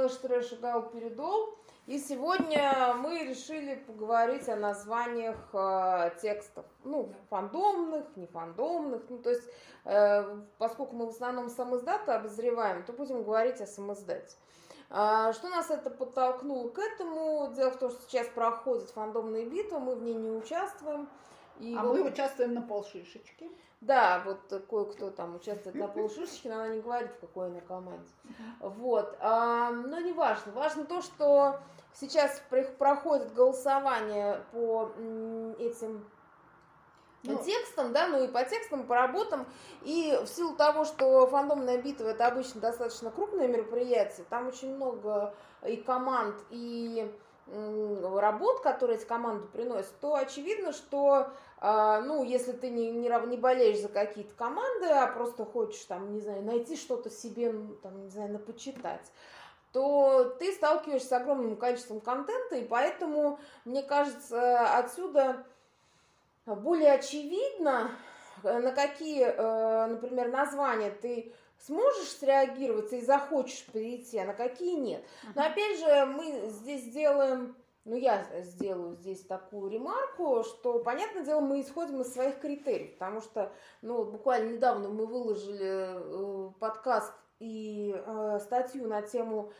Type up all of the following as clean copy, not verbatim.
слэш трэш и галоперидол. И сегодня мы решили поговорить о названиях текстов. Ну, фандомных, не фандомных. Ну, то есть, поскольку мы в основном самиздаты обозреваем, то будем говорить о самиздате. Что нас это подтолкнуло к этому? Дело в том, что сейчас проходит фандомная битва, мы в ней не участвуем. И мы участвуем на полшишечки. Да, вот кое-кто там участвует на полшишечки, но она не говорит, в какой она команде. Вот. Но не важно. Важно то, что сейчас проходит голосование по этим текстам, да, ну и по текстам, по работам. И в силу того, что фандомная битва это обычно достаточно крупное мероприятие, там очень много и команд, и работ, которые эти команды приносят, то очевидно, что, ну, если ты не болеешь за какие-то команды, а просто хочешь, там, не знаю, найти что-то себе, там, не знаю, почитать, то ты сталкиваешься с огромным количеством контента, и поэтому, мне кажется, отсюда более очевидно, на какие, например, названия ты сможешь среагировать и захочешь перейти, а на какие нет. Но опять же, мы здесь сделаем, ну я сделаю здесь такую ремарку, что, понятное дело, мы исходим из своих критериев, потому что, ну, буквально недавно мы выложили подкаст и статью на тему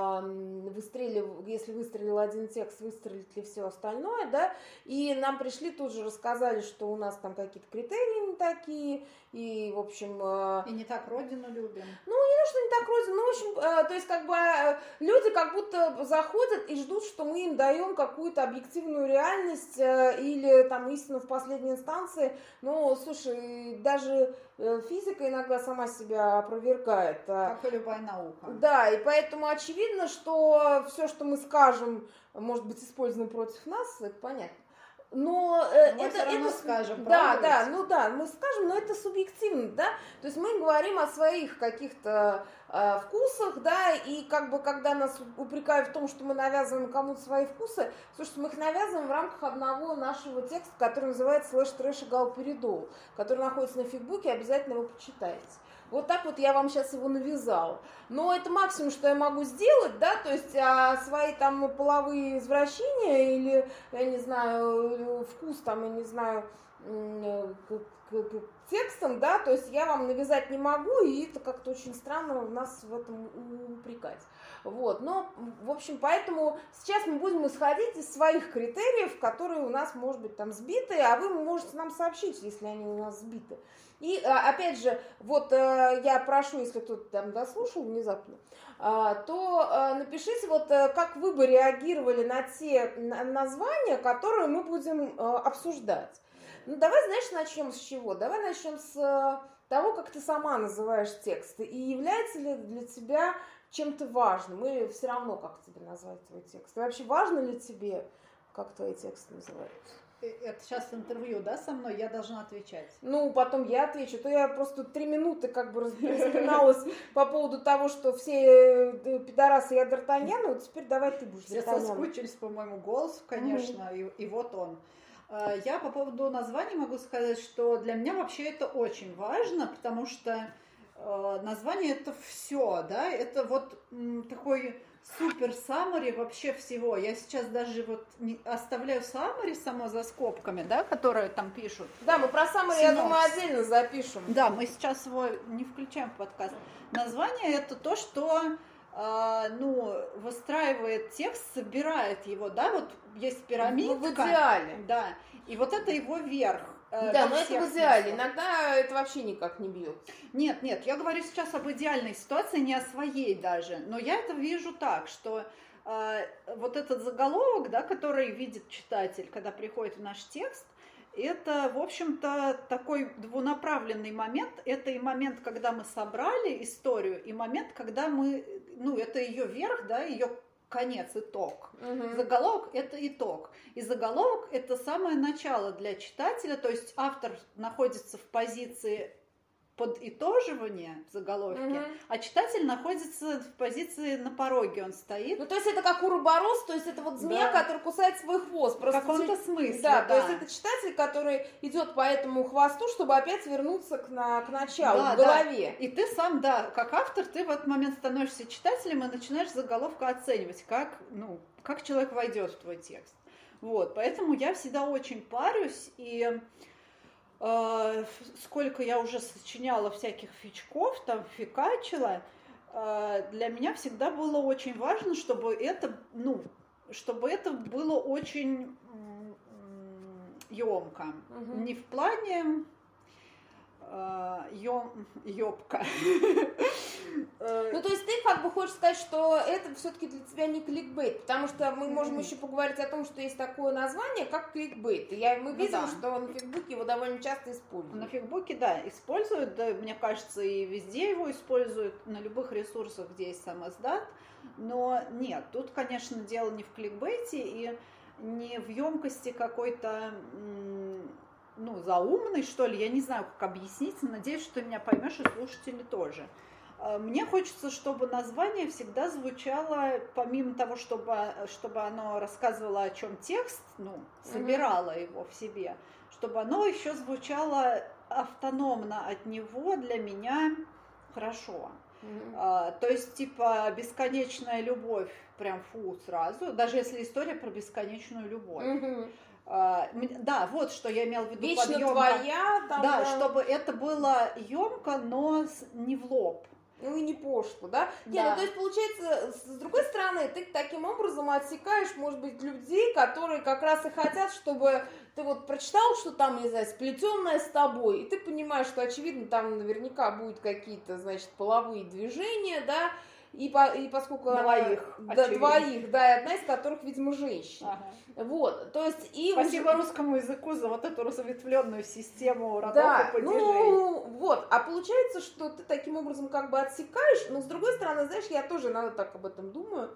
если выстрелил один текст, выстрелит ли все остальное, да, и нам пришли, тут же рассказали, что у нас там какие-то критерии не такие, и, в общем... И не так родину любим. Ну, не то, что не так родину, ну, в общем, то есть, как бы, люди как будто заходят и ждут, что мы им даем какую-то объективную реальность или, там, истину в последней инстанции. Ну, слушай, даже физика иногда сама себя опровергает. Как и любая наука. Да, и поэтому очевидно, что все, что мы скажем, может быть использовано против нас, это понятно. Но это скажем, да, мы скажем, но это субъективно, да, то есть мы говорим о своих каких-то вкусах, да, и как бы когда нас упрекают в том, что мы навязываем кому-то свои вкусы, слушайте, мы их навязываем в рамках одного нашего текста, который называется слэш трэш и галоперидол, который находится на Фейсбуке, обязательно его почитайте. Вот так вот я вам сейчас его навязала. Но это максимум, что я могу сделать, да, то есть свои там половые извращения или, я не знаю, вкус там, я не знаю, к текстам, да, то есть я вам навязать не могу, и это как-то очень странно нас в этом упрекать. Вот, но, в общем, поэтому сейчас мы будем исходить из своих критериев, которые у нас, может быть, там сбиты, а вы можете нам сообщить, если они у нас сбиты. И, опять же, вот я прошу, если кто-то там дослушал внезапно, то напишите, вот как вы бы реагировали на те названия, которые мы будем обсуждать. Ну, давай, знаешь, начнем с чего? Давай начнем с того, как ты сама называешь тексты. И является ли для тебя чем-то важным? Или все равно, как тебе назвать твой текст? И вообще, важно ли тебе, как твои тексты называются? Это сейчас интервью, да, со мной? Я должна отвечать. Ну, потом я отвечу. То я просто 3 минуты как бы распиналась по поводу того, что все пидорасы я Д'Артаньян, вот теперь давай ты будешь Д'Артаньян. Все соскучились по моему голосу, конечно, и вот он. Я по поводу названий могу сказать, что для меня вообще это очень важно, потому что название это все, да, это вот такой супер саммари вообще всего. Я сейчас даже вот оставляю саммари само за скобками, да, которые там пишут. Да, мы про саммари, я думаю, отдельно запишем. Да, мы сейчас его не включаем в подкаст. Название это то, что выстраивает текст, собирает его, да, вот есть пирамидка. В идеале. Да, и вот это его верх. Да, но это в идеале. Иногда это вообще никак не бьет. Нет, я говорю сейчас об идеальной ситуации, не о своей даже. Но я это вижу так, что вот этот заголовок, да, который видит читатель, когда приходит в наш текст, это, в общем-то, такой двунаправленный момент. Это и момент, когда мы собрали историю, и момент, когда мы, это ее верх, да, ее конец, итог. Угу. Заголовок – это итог. И заголовок – это самое начало для читателя, то есть автор находится в позиции подытоживание в заголовке, а читатель находится в позиции на пороге, он стоит. Ну, то есть это как уроборос, то есть это вот змея, которая кусает свой хвост. Просто в каком-то смысле, да. То есть это читатель, который идет по этому хвосту, чтобы опять вернуться к началу, к голове. И ты сам, как автор, ты в этот момент становишься читателем и начинаешь заголовка оценивать, как человек войдет в твой текст. Вот, поэтому я всегда очень парюсь, и сколько я уже сочиняла всяких фичков, там, фикачила, для меня всегда было очень важно, чтобы это было очень ёмко. Не в плане ёбка. Ну, то есть ты как бы хочешь сказать, что это все-таки для тебя не кликбейт, потому что мы можем еще поговорить о том, что есть такое название, как кликбейт. Мы видим, что на Фейсбуке его довольно часто используют. На Фейсбуке, используют, мне кажется, и везде его используют, на любых ресурсах, где есть сам издат. Но нет, тут, конечно, дело не в кликбейте и не в емкости какой-то, заумной, что ли, я не знаю, как объяснить, надеюсь, что ты меня поймешь, и слушатели тоже. Мне хочется, чтобы название всегда звучало, помимо того, чтобы оно рассказывало, о чем текст, собирало его в себе, чтобы оно еще звучало автономно от него для меня хорошо. То есть, типа, бесконечная любовь, прям сразу, даже если история про бесконечную любовь. Вот что я имела в виду. Вечно твоя. Чтобы это было емко, но не в лоб. Ну и не пошло, да? То есть, получается, с другой стороны, ты таким образом отсекаешь, может быть, людей, которые как раз и хотят, чтобы ты вот прочитал, что там, не знаю, сплетенное с тобой, и ты понимаешь, что, очевидно, там наверняка будут какие-то, значит, половые движения, да, и поскольку двоих, и одна из которых, видимо, женщина. Вот, то есть спасибо русскому языку за вот эту разветвленную систему родов и падежей. А получается, что ты таким образом как бы отсекаешь, но с другой стороны, знаешь, я тоже иногда так об этом думаю,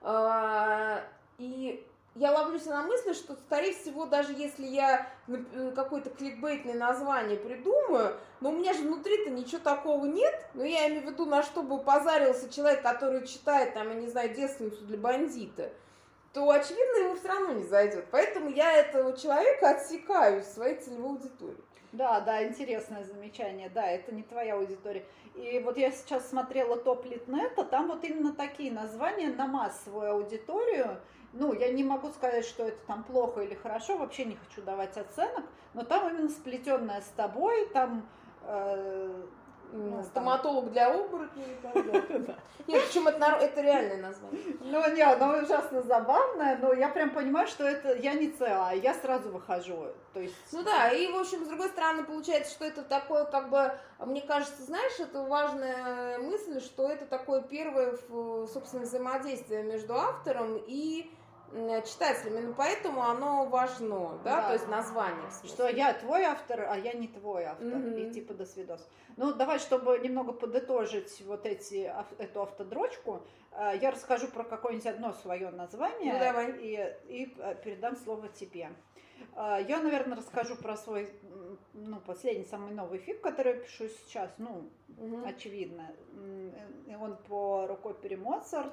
и я ловлюсь на мысли, что, скорее всего, даже если я какое-то кликбейтное название придумаю, но у меня же внутри-то ничего такого нет, но я имею в виду, на что бы позарился человек, который читает, там, я не знаю, «Девственницу для бандита», то, очевидно, ему все равно не зайдет. Поэтому я этого человека отсекаю из своей целевой аудитории. Да, интересное замечание. Да, это не твоя аудитория. И вот я сейчас смотрела топ Литнета, там вот именно такие названия на массовую аудиторию. Я не могу сказать, что это там плохо или хорошо, вообще не хочу давать оценок, но там именно сплетенное с тобой, там... стоматолог для оборотней и так далее. Нет, причем это реальное название. Оно ужасно забавное, но я прям понимаю, что это я не ЦА, я сразу выхожу. То есть... и, в общем, с другой стороны, получается, что это такое, как бы, мне кажется, знаешь, это важная мысль, что это такое первое, собственно, взаимодействие между автором и читателям, именно поэтому оно важно, то есть название. Что я твой автор, а я не твой автор, и типа до свидос. Давай, чтобы немного подытожить вот эту автодрочку, я расскажу про какое-нибудь одно свое название и передам слово тебе. Я, наверное, расскажу про свой, последний, самый новый фиг, который я пишу сейчас, очевидно. Он по рукопере Моцарт.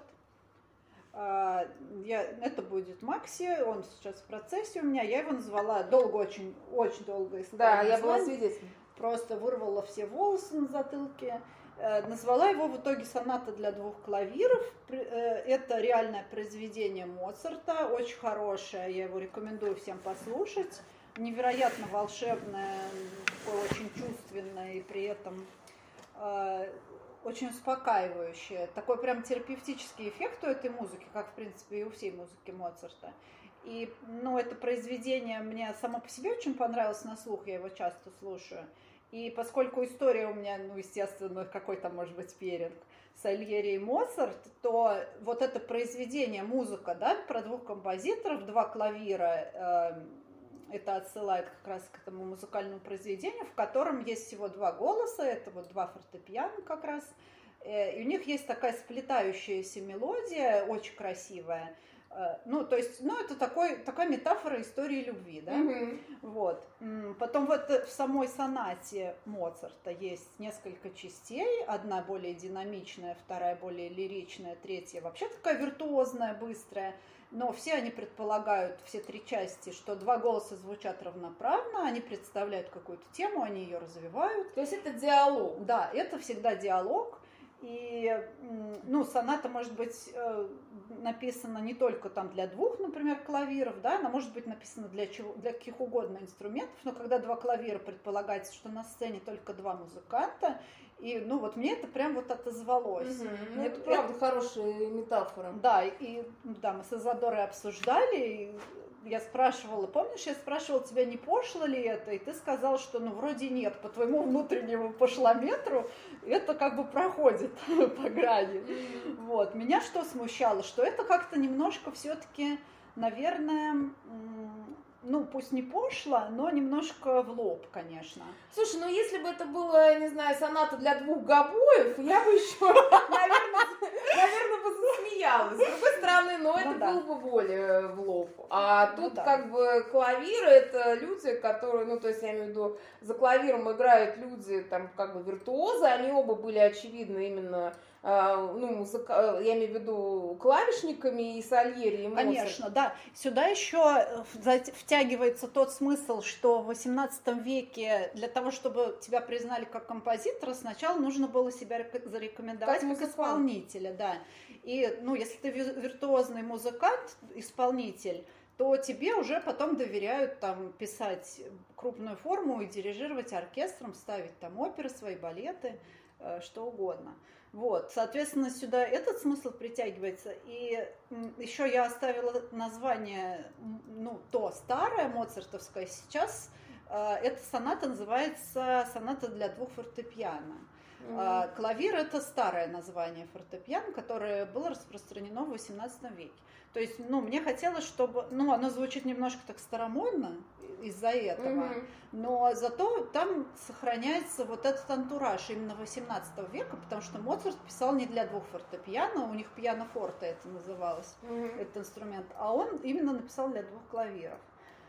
Это будет Макси, он сейчас в процессе у меня. Я его назвала очень долго искала. Да, я была свидетелем. Просто вырвала все волосы на затылке. Назвала его в итоге «Соната для 2 клавиров». Это реальное произведение Моцарта, очень хорошее, я его рекомендую всем послушать. Невероятно волшебное, такое очень чувственное и при этом очень успокаивающее. Такой прям терапевтический эффект у этой музыки, как, в принципе, и у всей музыки Моцарта. И, это произведение мне само по себе очень понравилось на слух, я его часто слушаю. И поскольку история у меня, естественно, какой-то, может быть, перинг Сальери и Моцарт, то вот это произведение, музыка, про 2 композиторов, 2 клавира, это отсылает как раз к этому музыкальному произведению, в котором есть всего 2 голоса, это вот 2 фортепиано как раз, и у них есть такая сплетающаяся мелодия, очень красивая, Ну, то есть, ну, это такая метафора истории любви, да? Вот. Потом вот в самой сонате Моцарта есть несколько частей. Одна более динамичная, вторая более лиричная, третья вообще такая виртуозная, быстрая. Но все они предполагают, все три части, что два голоса звучат равноправно, они представляют какую-то тему, они ее развивают. То есть это диалог. Да, это всегда диалог. И, ну, соната может быть написана не только там для двух, например, клавиров, да, она может быть написана для каких угодно инструментов, но когда два клавира, предполагается, что на сцене только два музыканта, и, ну, вот мне это прям вот отозвалось. Ну, это правда хорошая метафора. Да, да, мы с Изодорой обсуждали, и я спрашивала, помнишь, я спрашивала тебя, не пошло ли это, и ты сказал, что, ну, вроде нет, по твоему внутреннему пошлометру это как бы проходит по грани. Вот. Меня что смущало, что это как-то немножко все-таки, наверное, ну, пусть не пошло, но немножко в лоб, конечно. Слушай, ну если бы это было, не знаю, соната для двух гобоев, я бы еще, наверное, бы засмеялась. С другой стороны, но это было бы более в лоб. А тут как бы клавиры — это люди, которые, ну, то есть я имею в виду, за клавиром играют люди, там, как бы виртуозы, они оба были очевидно именно, ну, я имею в виду клавишниками и Сальери, и Моцарт. Конечно, да. Сюда еще втягивается тот смысл, что в XVIII веке для того, чтобы тебя признали как композитора, сначала нужно было себя зарекомендовать как исполнителя, да. И, ну, если ты виртуозный музыкант, исполнитель, то тебе уже потом доверяют там писать крупную форму и дирижировать оркестром, ставить там оперы, свои балеты, что угодно. Вот, соответственно, сюда этот смысл притягивается. И еще я оставила название, ну, то старое, моцартовское. Сейчас эта соната называется «Соната для двух фортепиано». Клавир — это старое название фортепиано, которое было распространено в XVIII веке. То есть, ну, мне хотелось, чтобы, ну, оно звучит немножко так старомодно из-за этого, но зато там сохраняется вот этот антураж именно XVIII века, потому что Моцарт писал не для двух фортепиано, у них пиано-форте это называлось, этот инструмент, а он именно написал для двух клавиров.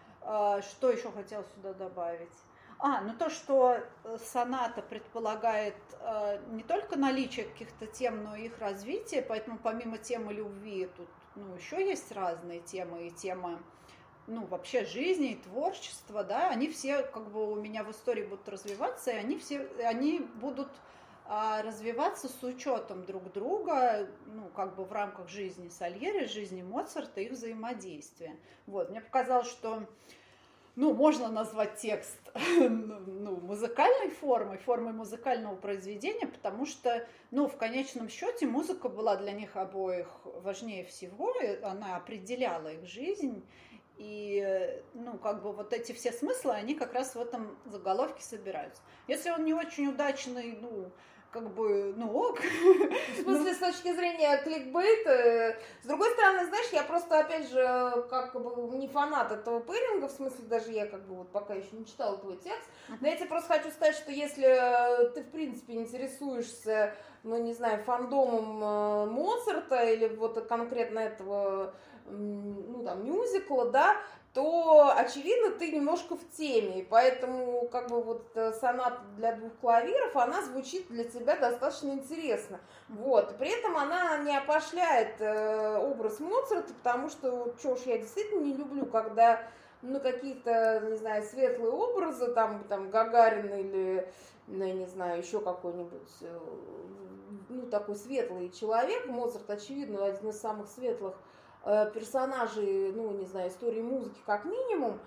Что еще хотел сюда добавить? Ну то, что соната предполагает не только наличие каких-то тем, но и их развитие, поэтому помимо темы любви тут, ну, еще есть разные темы, и темы, ну, вообще жизни и творчества, да, они все как бы у меня в истории будут развиваться, и они будут развиваться с учетом друг друга, ну, как бы в рамках жизни Сальери, жизни Моцарта, их взаимодействия. Вот, мне показалось, что, ну, можно назвать текст, ну, музыкальной формой музыкального произведения, потому что, ну, в конечном счете музыка была для них обоих важнее всего, и она определяла их жизнь, и, ну, как бы вот эти все смыслы, они как раз в этом заголовке собираются. Если он не очень удачный, ну, как бы, ну, ок. В смысле, с точки зрения кликбейта. С другой стороны, знаешь, я просто, опять же, как бы не фанат этого пэринга, в смысле, даже я как бы вот пока еще не читала твой текст, но я тебе просто хочу сказать, что если ты, в принципе, интересуешься, ну, не знаю, фандомом Моцарта или вот конкретно этого, ну, там, мюзикла, да, то, очевидно, ты немножко в теме, и поэтому, как бы, вот соната для двух клавиров, она звучит для тебя достаточно интересно, вот, при этом она не опошляет образ Моцарта, потому что, что уж я действительно не люблю, когда, ну, какие-то, не знаю, светлые образы, там Гагарин или, ну, я не знаю, еще какой-нибудь, ну, такой светлый человек, Моцарт, очевидно, один из самых светлых персонажей, ну, не знаю, истории музыки как минимум,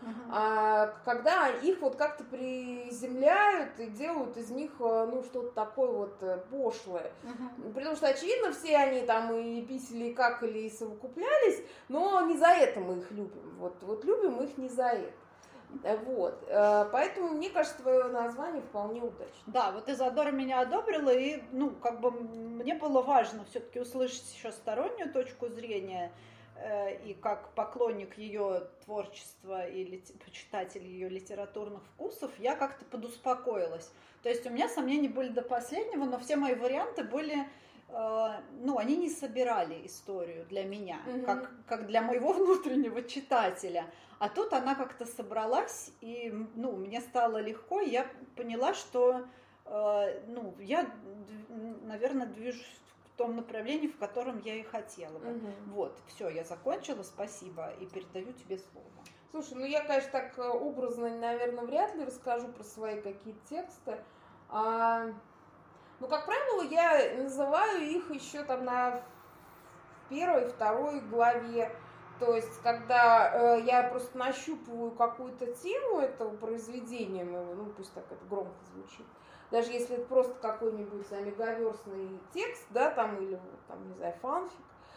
когда их вот как-то приземляют и делают из них, ну, что-то такое вот пошлое. Потому что, очевидно, все они там и писали, и какали, и совокуплялись, но не за это мы их любим. Вот любим их не за это. Вот, поэтому, мне кажется, твое название вполне удачно. Да, вот Изодора меня одобрила, и, ну, как бы мне было важно все-таки услышать еще стороннюю точку зрения, и как поклонник ее творчества и почитатель ее литературных вкусов, я как-то подуспокоилась. То есть у меня сомнения были до последнего, но все мои варианты были ну, они не собирали историю для меня, как для моего внутреннего читателя. А тут она как-то собралась, и, ну, мне стало легко, и я поняла, что, ну, я, наверное, движусь в том направлении, в котором я и хотела бы. Вот, все, я закончила, спасибо, и передаю тебе слово. Слушай, ну я, конечно, так образно, наверное, вряд ли расскажу про свои какие-то тексты. Ну, как правило, я называю их еще там на первой, второй главе. То есть, когда я просто нащупываю какую-то тему этого произведения моего, ну, пусть так это громко звучит, даже если это просто какой-нибудь мегаверстный текст, да, там, или, там, не знаю, фанфик,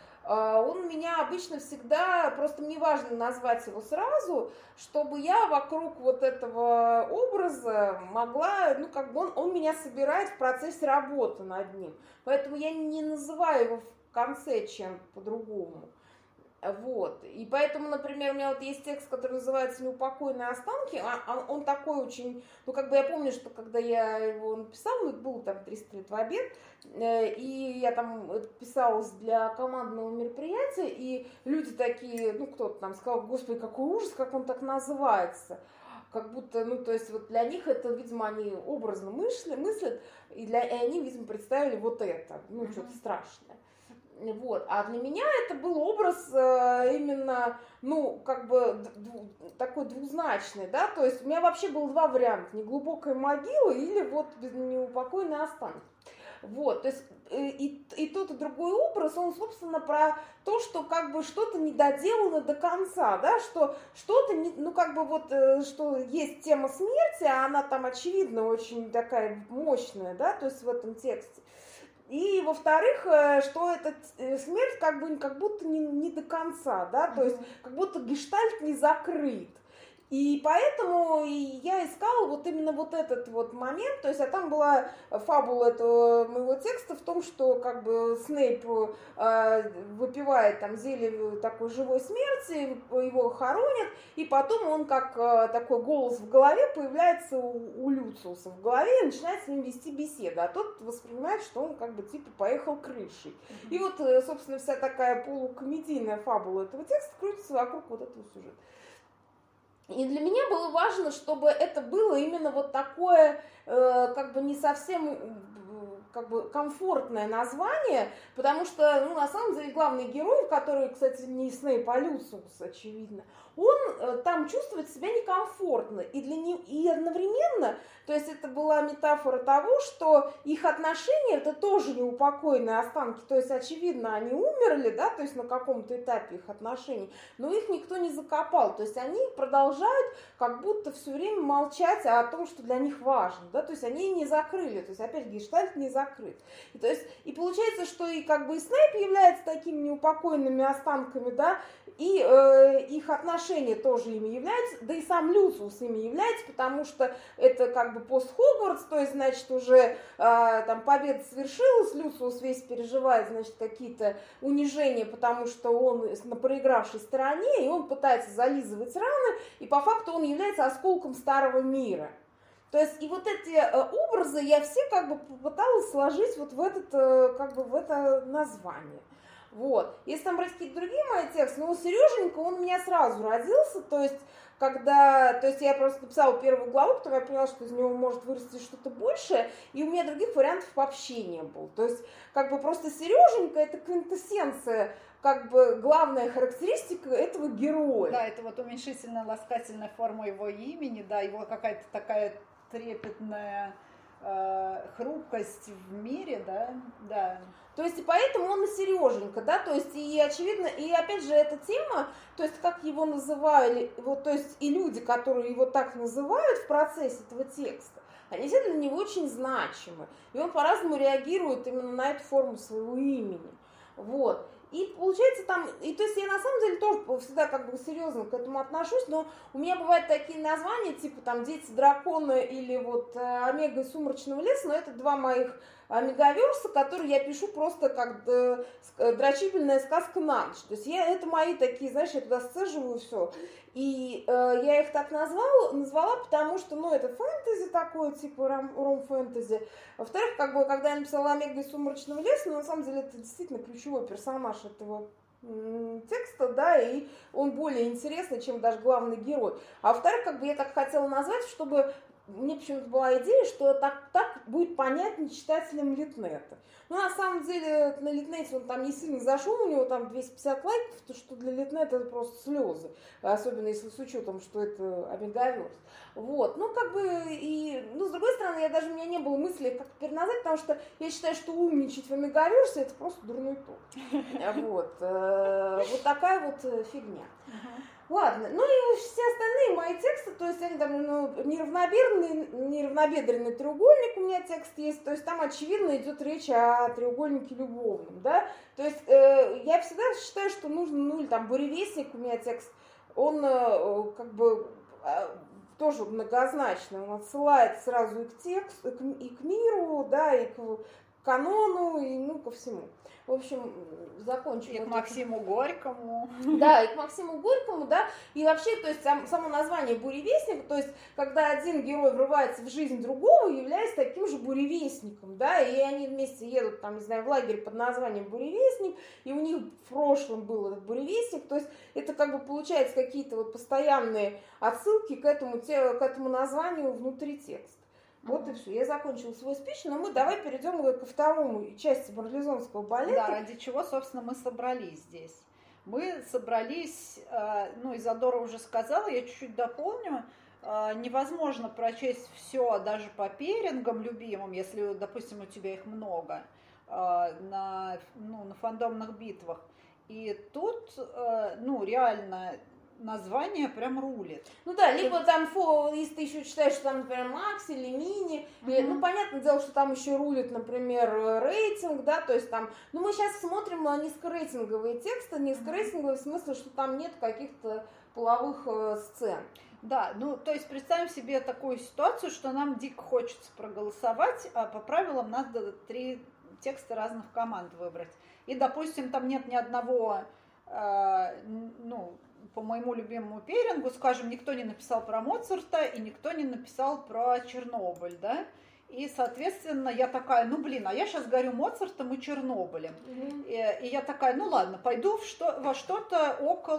он меня обычно всегда, просто мне важно назвать его сразу, чтобы я вокруг вот этого образа могла, ну, как бы он меня собирает в процессе работы над ним. Поэтому я не называю его в конце чем-то по-другому. Вот. И поэтому, например, у меня вот есть текст, который называется «Неупокоенные останки». Он такой очень... Ну, как бы я помню, что когда я его написала, ну, было там 300 лет в обед, и я там писалась для командного мероприятия, и люди такие, ну, кто-то там сказал: «Господи, какой ужас, как он так называется». Как будто, ну, то есть вот для них это, видимо, они образно мыслят, и они, видимо, представили вот это, ну, что-то страшное. Вот. А для меня это был образ именно, ну, как бы такой двузначный, да, то есть у меня вообще было два варианта: неглубокая могила или вот неупокоенные останки. Вот, то есть и тот, и другой образ, он, собственно, про то, что как бы что-то не доделано до конца, да, что что-то, ну, как бы вот, что есть тема смерти, а она там, очевидно, очень такая мощная, да, то есть в этом тексте. И, во-вторых, что эта смерть как будто не до конца, да, то есть как будто гештальт не закрыт. И поэтому я искала вот именно вот этот вот момент, то есть, а там была фабула этого моего текста в том, что как бы Снейп выпивает там зелье такой живой смерти, его хоронят, и потом он как такой голос в голове появляется у Люциуса в голове и начинает с ним вести беседу, а тот воспринимает, что он как бы типа поехал крышей. И вот, собственно, вся такая полукомедийная фабула этого текста крутится вокруг вот этого сюжета. И для меня было важно, чтобы это было именно вот такое, как бы не совсем как бы комфортное название, потому что, ну, на самом деле, главный герой, который, кстати, не Снейп, а Люциус, очевидно, он там чувствует себя некомфортно, и одновременно, то есть это была метафора того, что их отношения это тоже неупокоенные останки, то есть, очевидно, они умерли, да, то есть на каком-то этапе их отношений, но их никто не закопал, то есть они продолжают как будто все время молчать о том, что для них важно, да, то есть они не закрыли, то есть опять гештальт не закрыт. И, то есть, и получается, что и как бы и Снейп является такими неупокоенными останками, да, и их отношения тоже ими являются, да и сам Люциус ими является, потому что это как бы пост-Хогвартс, то есть, значит, уже там победа свершилась, Люциус весь переживает, значит, какие-то унижения, потому что он на проигравшей стороне, и он пытается зализывать раны, и по факту он является осколком старого мира. То есть и вот эти образы я все как бы попыталась сложить вот в этот, как бы в это название. Вот. Если там брать какие-то другие мои тексты, ну, Сереженька, он у меня сразу родился, то есть я просто написала первую главу, потом я поняла, что из него может вырасти что-то большее, и у меня других вариантов вообще не было. То есть, как бы просто Сереженька — это квинтэссенция, как бы главная характеристика этого героя. Да, это вот уменьшительно-ласкательная форма его имени, да, его какая-то такая трепетная хрупкость в мире, да, да. То есть, и поэтому он и Сереженька, да, то есть, и очевидно, и опять же, эта тема, то есть, как его называли, вот, то есть, и люди, которые его так называют в процессе этого текста, они все для него очень значимы, и он по-разному реагирует именно на эту форму своего имени, вот. И получается там, и то есть я на самом деле тоже всегда как бы серьезно к этому отношусь, но у меня бывают такие названия, типа там «Дети дракона» или вот «Омега из сумрачного леса», но это два моих Мегаверса, который я пишу просто как дрочибельная сказка на ночь. То есть это мои такие, знаешь, я туда сцеживаю все. И я их так назвала, потому что, это фэнтези такое, типа ром-фэнтези. Во-вторых, когда я написала «Омега из сумрачного леса», на самом деле это действительно ключевой персонаж этого текста, да, и он более интересный, чем даже главный герой. А во-вторых, я так хотела назвать, чтобы мне почему-то была идея, что так будет понятнее читателям Литнета. На самом деле, на Литнете он там не сильно зашел, у него там 250 лайков, то что для Литнета это просто слезы, особенно если с учетом, что это Омегаверс. Вот, с другой стороны, у меня не было мысли как переназвать, потому что я считаю, что умничать в Омегаверсе это просто дурной тон. Вот такая вот фигня. Ладно, и все остальные мои тексты, то есть они там, неравнобедренный треугольник у меня текст есть, то есть там очевидно идет речь о треугольнике любовном, да, то есть я всегда считаю, что нужно, или там буревестник у меня текст, он тоже многозначный, он отсылает сразу и к тексту, и к миру, да, и к канону, и ко всему. В общем, закончу. И к Максиму Горькому. Да, и к Максиму Горькому, да. И вообще, то есть само название буревестник, то есть когда один герой врывается в жизнь другого, является таким же буревестником, да, и они вместе едут, там, не знаю, в лагерь под названием буревестник, и у них в прошлом был этот буревестник, то есть это получается какие-то постоянные отсылки к этому названию внутри текста. Вот и все. Я закончила свой спич, но мы давай перейдем ко второму части марлезонского балета. Да, ради чего, собственно, мы собрались здесь. Мы собрались, Изодора уже сказала, я чуть-чуть дополню, невозможно прочесть все даже по перингам любимым, если, допустим, у тебя их много, на фандомных битвах. И тут, реально... название прям рулит. Либо там, если ты еще читаешь, что там, например, Макс или Мини, понятное дело, что там еще рулит, например, рейтинг, да, то есть там, мы сейчас смотрим на низкорейтинговые тексты, низкорейтинговые в смысле, что там нет каких-то половых сцен. Да, то есть представим себе такую ситуацию, что нам дико хочется проголосовать, а по правилам надо 3 текста разных команд выбрать. И, допустим, там нет ни одного, по моему любимому перингу, скажем, никто не написал про Моцарта и никто не написал про Чернобыль, да? И, соответственно, я такая, а я сейчас горю Моцартом и Чернобылем. И я такая, ладно, пойду во что-то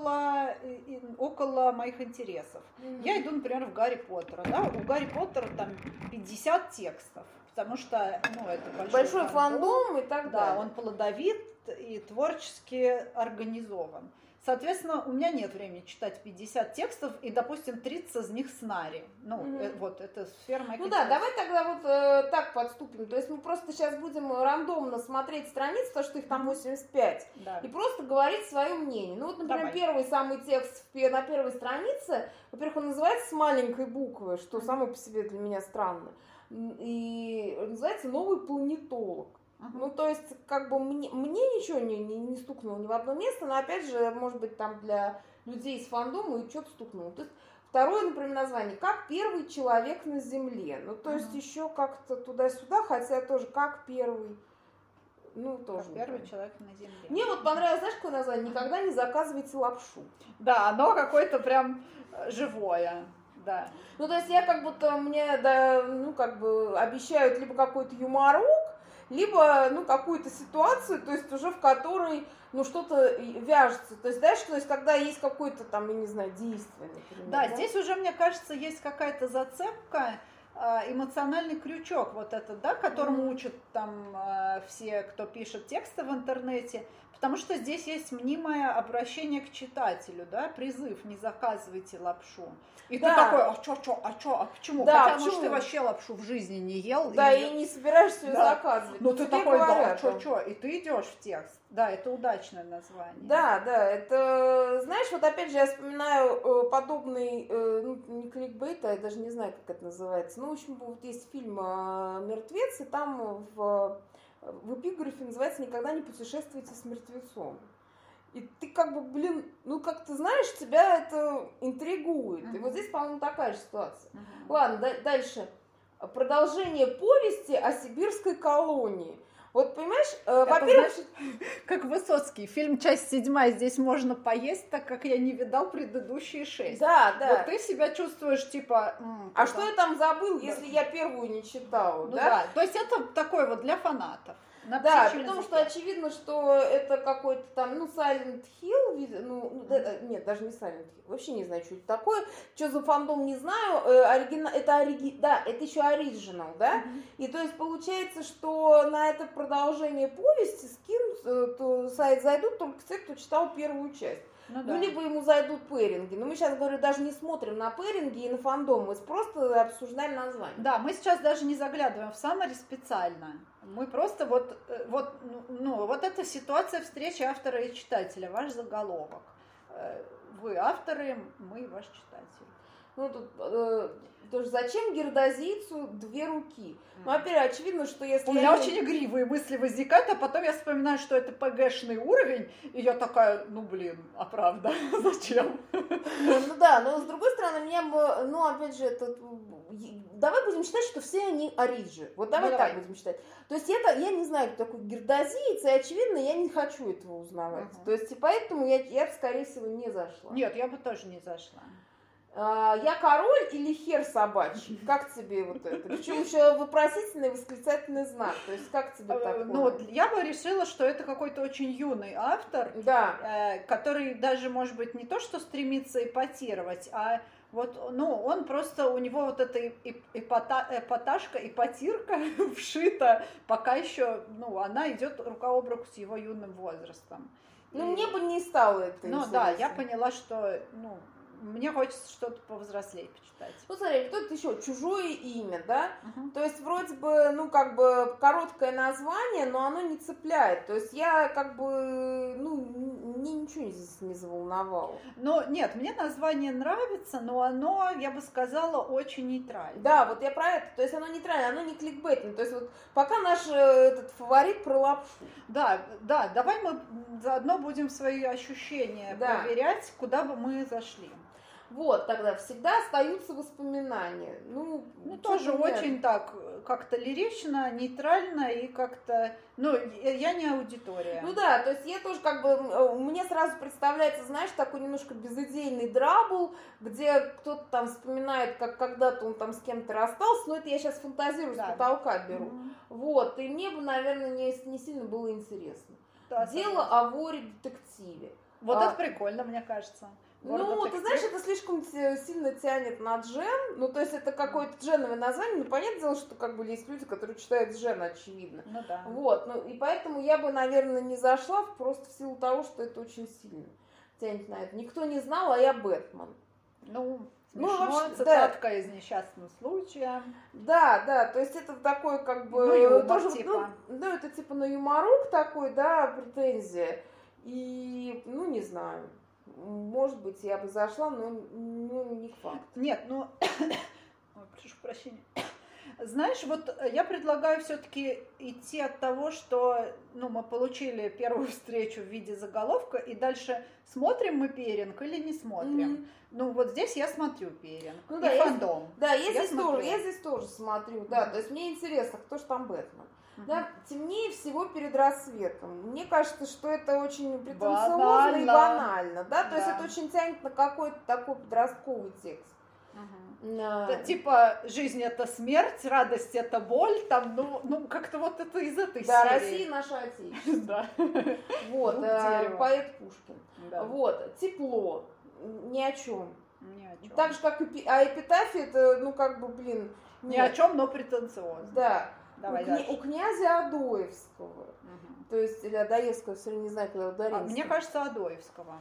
около моих интересов. Я иду, например, в Гарри Поттера, да? У Гарри Поттера там 50 текстов, потому что, это большой фандом и так далее. Да, он плодовит и творчески организован. Соответственно, у меня нет времени читать 50 текстов и, допустим, 30 из них сценарий. Это сфера моих интересов. Давай тогда так подступим. То есть мы просто сейчас будем рандомно смотреть страницы, потому что их там 85, да. И просто говорить свое мнение. Например, Давай. Первый самый текст на первой странице, во-первых, он называется с маленькой буквы, что само по себе для меня странно. И называется «Новый планетолог». То есть, мне ничего не стукнуло ни в одно место, но, опять же, может быть, там для людей из фандома и что-то стукнуло. То есть, второе, например, название «Как первый человек на Земле». То есть, еще как-то туда-сюда, хотя тоже «Как первый». Тоже. Как первый человек на Земле. Мне понравилось, знаешь, какое название? «Никогда не заказывайте лапшу». Да, оно какое-то прям живое. Да. То есть, я мне, обещают либо какой-то юморок, либо, какую-то ситуацию, то есть уже в которой, что-то вяжется. То есть, когда есть какое-то там, я не знаю, действие, например. Да, здесь уже, мне кажется, есть какая-то зацепка, эмоциональный крючок которому учат там все, кто пишет тексты в интернете, потому что здесь есть мнимое обращение к читателю, да, призыв «не заказывайте лапшу». И ты такой, почему? Да, Хотя, может, ты вообще лапшу в жизни не ел. Да, и не собираешься ее заказывать. Ты такой, и ты идешь в текст. Да, это удачное название. Да, это, знаешь, опять же, я вспоминаю подобный, не кликбейт, а я даже не знаю, как это называется. В общем, есть фильм «Мертвец», и там в эпиграфе называется «Никогда не путешествуйте с мертвецом». И ты как-то знаешь, тебя это интригует. И вот здесь, по-моему, такая же ситуация. Ладно, дальше. продолжение повести о сибирской колонии. Вот, понимаешь, во-первых... Знаешь, как Высоцкий, фильм «Часть 7», здесь можно поесть, так как я не видал предыдущие 6. Да, да. Вот ты себя чувствуешь, типа... А что я там забыл, если я первую не читала, да? Да, то есть это такое вот для фанатов. Да, при том, что очевидно, что это какой-то там, Silent Hill, нет, даже не Silent Hill, вообще не знаю, что это такое, что за фандом, не знаю, это еще оригинал, да, и то есть получается, что на это продолжение повести зайдут только те, кто читал первую часть. Либо ему зайдут пэринги. Но мы сейчас, говорю, даже не смотрим на пэринги и на фандом, мы просто обсуждаем название. Да, мы сейчас даже не заглядываем в Summary специально. Мы просто вот эта ситуация встречи автора и читателя, ваш заголовок. Вы авторы, мы ваш читатель. Тоже зачем гердозийцу 2 руки? Во-первых, очевидно, что если... У меня очень игривые мысли возникают, а потом я вспоминаю, что это ПГшный уровень, и я такая, а правда, зачем? Но с другой стороны, опять же, давай будем считать, что все они ориджи. Вот давай так будем считать. То есть я не знаю, кто такой гердозиец, и, очевидно, я не хочу этого узнавать. То есть, и поэтому я бы, скорее всего, не зашла. Нет, я бы тоже не зашла. Я король или хер собачий? Как тебе вот это? Причем еще вопросительный, восклицательный знак. То есть как тебе такое? Я бы решила, что это какой-то очень юный автор, который даже, может быть, не то, что стремится эпатировать, а он просто, у него вот эта эпатажка, эпатирка вшита, пока еще, она идет рука об руку с его юным возрастом. Мне бы не стало это интересно. Я поняла, что, мне хочется что-то повзрослее почитать. Смотри, тут еще «Чужое имя», да? То есть вроде бы, короткое название, но оно не цепляет. То есть я мне ничего здесь не заволновало. Нет, мне название нравится, но оно, я бы сказала, очень нейтрально. Да, вот я про это. То есть оно нейтрально, оно не кликбейтное. То есть вот пока наш этот фаворит про лапшу. Да, давай мы заодно будем свои ощущения проверять, куда бы мы зашли. Вот, тогда всегда остаются воспоминания. Тоже очень так, как-то лирично, нейтрально и как-то, я не аудитория. То есть я тоже мне сразу представляется, знаешь, такой немножко безыдейный драбл, где кто-то там вспоминает, как когда-то он там с кем-то расстался, но это я сейчас фантазирую, с потолка беру. Вот, и мне бы, наверное, не сильно было интересно. Да, Дело о воре-детективе. Вот это прикольно, мне кажется. Ты знаешь, это слишком сильно тянет на джен, то есть это какое-то дженовое название, понятное дело, что есть люди, которые читают джен, очевидно. И поэтому я бы, наверное, не зашла, просто в силу того, что это очень сильно тянет на это. Никто не знал, а я Бэтмен. Смешно, цитатка из «Несчастного случая». Да, то есть это такой юмор, тоже, типа. Это типа на юморук такой, претензия. И, не знаю. Может быть, я бы зашла, но не факт. Нет, прошу прощения. Знаешь, я предлагаю все-таки идти от того, что мы получили первую встречу в виде заголовка, и дальше смотрим мы пэринг или не смотрим. Здесь я смотрю пэринг. И фандом. Я здесь тоже смотрю, то есть мне интересно, кто же там Бэтмен. Да, темнее всего перед рассветом. Мне кажется, что это очень претенциозно и банально, то есть это очень тянет на какой-то такой подростковый текст. Типа жизнь это смерть, радость это боль, там, как-то вот это из этой серии. Да, Россия наша отечество. Да. Поэт Пушкин. Да. Тепло, ни о чем. Так же, как эпитафия, это, ни о чем, но претенциозно. Да. У князя Адоевского. То есть, или Адоевского, все не знаю, когда ударился. Мне кажется, Адоевского.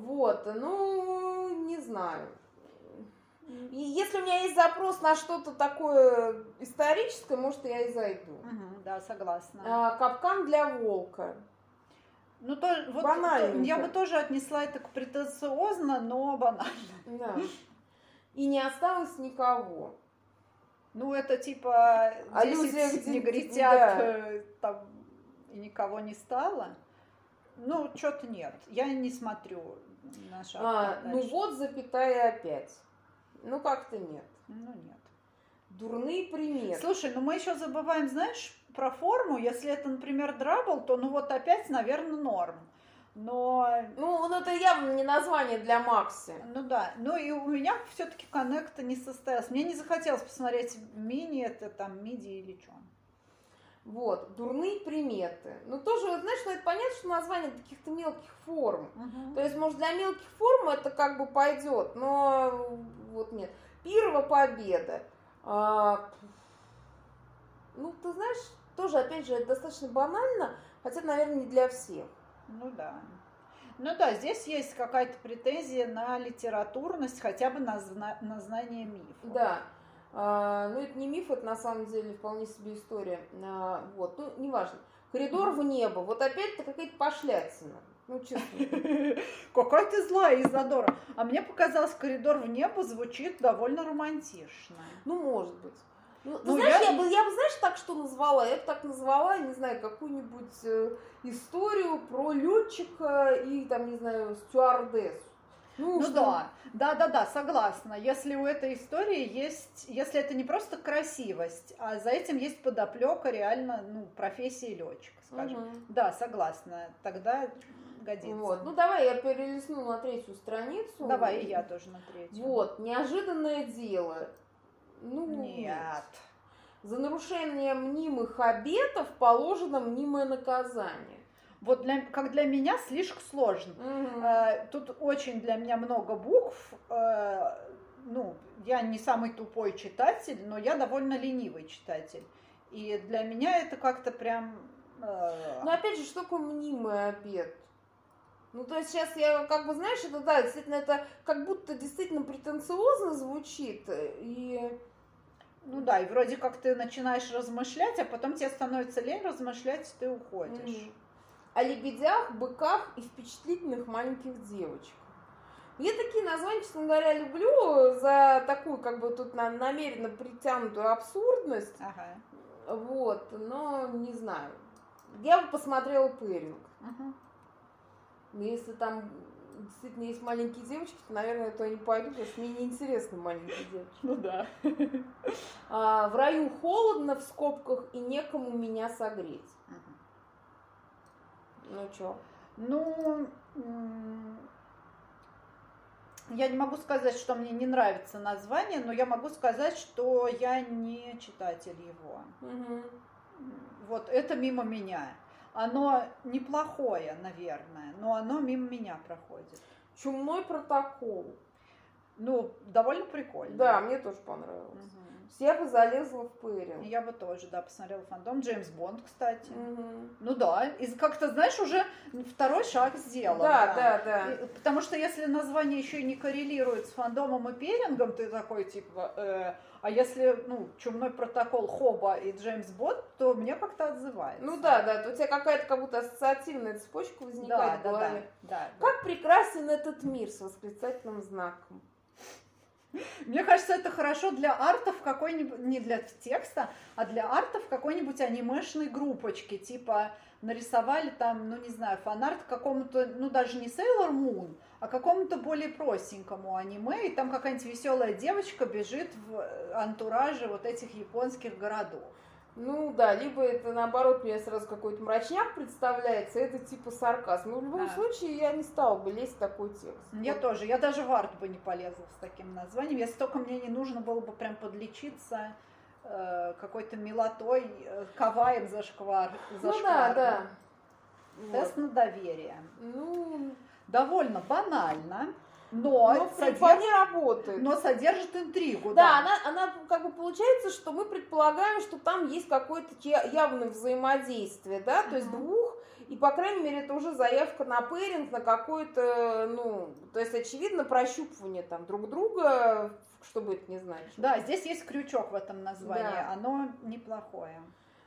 Не знаю. И если у меня есть запрос на что-то такое историческое, может, я и зайду. Да, согласна. Капкан для волка. Банально. Я бы тоже отнесла это к претенциозно, но банально. Да. И не осталось никого. Это типа 10 негритят, там, и никого не стало. Что-то нет. Я не смотрю на шаг. Запятая опять. Как-то нет. Нет. Дурные приметы. Слушай, ну мы еще забываем, знаешь, про форму. Если это, например, драбл, то ну вот опять, наверное, норм. Но... Ну, это явно не название для Макси. Ну да, ну и у меня все-таки коннекта не состоялся. Мне не захотелось посмотреть мини, это там миди или что. Вот, дурные приметы. Ну, тоже, вот, знаешь, ну, это понятно, что название каких-то мелких форм. То есть, может, для мелких форм это как бы пойдет, но вот нет. Пирова победа. Ну, ты знаешь, тоже, опять же, это достаточно банально, хотя, наверное, не для всех. Ну да. Ну да, здесь есть какая-то претензия на литературность, хотя бы на знание мифа. Да. Ну, это не миф, это на самом деле вполне себе история. Вот, ну, неважно. Коридор в небо. Вот опять-то какая-то пошлятина. Ну, честно. Какая ты злая, Изодора. А мне показалось, коридор в небо звучит довольно романтично. Ну, может быть. Ну, знаешь, я бы, знаешь, так что назвала? Я бы так назвала, не знаю, какую-нибудь историю про летчика и, там, не знаю, стюардессу. Ну да, согласна. Если у этой истории есть, если это не просто красивость, а за этим есть подоплека реально, ну, профессии летчика, скажем. Да, согласна. Тогда годится. Вот. Ну давай я перелистну на 3-ю страницу. Давай, и я тоже на 3-ю. Вот, неожиданное дело. Ну, нет. За нарушение мнимых обетов положено мнимое наказание. Вот как для меня слишком сложно. Тут очень для меня много букв. Ну, я не самый тупой читатель, но я довольно ленивый читатель. И для меня это как-то прям... Но опять же, что такое мнимый обет? Ну, то есть сейчас я, как бы, знаешь, это, да, действительно, это как будто действительно претенциозно звучит. И... Ну да, и вроде как ты начинаешь размышлять, а потом тебе становится лень размышлять, и ты уходишь. О лебедях, быках и впечатлительных маленьких девочках. Я такие названия, честно говоря, люблю за такую, как бы, тут намеренно притянутую абсурдность. Ага. Вот, но не знаю. Я бы посмотрела Пэринг. Если там действительно есть маленькие девочки, то, наверное, я туда не пойду, потому что мне неинтересны маленькие девочки. Ну да. В раю холодно, в скобках, и некому меня согреть. Ну, чё? Ну, я не могу сказать, что мне не нравится название, но я могу сказать, что я не читатель его. Вот это мимо меня. Оно неплохое, наверное, но оно мимо меня проходит. Чумной протокол. Ну, довольно прикольно. Да, мне тоже понравилось. Я бы залезла в Пэринг. Я бы тоже, да, посмотрела «Фандом». Джеймс Бонд, кстати. Ну да, и как-то, знаешь, уже второй шаг сделан. Да. И, потому что если название еще и не коррелирует с «Фандомом» и «Пэрингом», ты такой, типа... А если, ну, «Чумной протокол», «Хоба» и Джеймс Бонд, то мне как-то отзывается. Ну да, то у тебя какая-то как будто ассоциативная цепочка возникает в голове. Да. Как прекрасен этот мир с восклицательным знаком. Мне кажется, это хорошо для артов какой-нибудь, не для текста, а для артов какой-нибудь анимешной группочки, типа нарисовали там, ну не знаю, фанарт какому-то, ну даже не Sailor Moon, а какому-то более простенькому аниме, и там какая-нибудь веселая девочка бежит в антураже вот этих японских городов. Ну да, либо это наоборот, мне сразу какой-то мрачняк представляется, это типа сарказм. Но в любом случае я не стала бы лезть в такой текст. Я тоже, я даже в арт бы не полезла с таким названием, если только мне не нужно было бы прям подлечиться какой-то милотой, каваем зашквар. Ну да. Тест на доверие. Ну, довольно банально. Но вполне работает. Но содержит интригу. Да, она как бы получается, что мы предполагаем, что там есть какое-то явное взаимодействие, да, то есть двух, и, по крайней мере, это уже заявка на пэринг, на какое-то, ну, то есть, очевидно, прощупывание там друг друга, что бы это ни значило. Да, здесь есть крючок в этом названии, оно неплохое.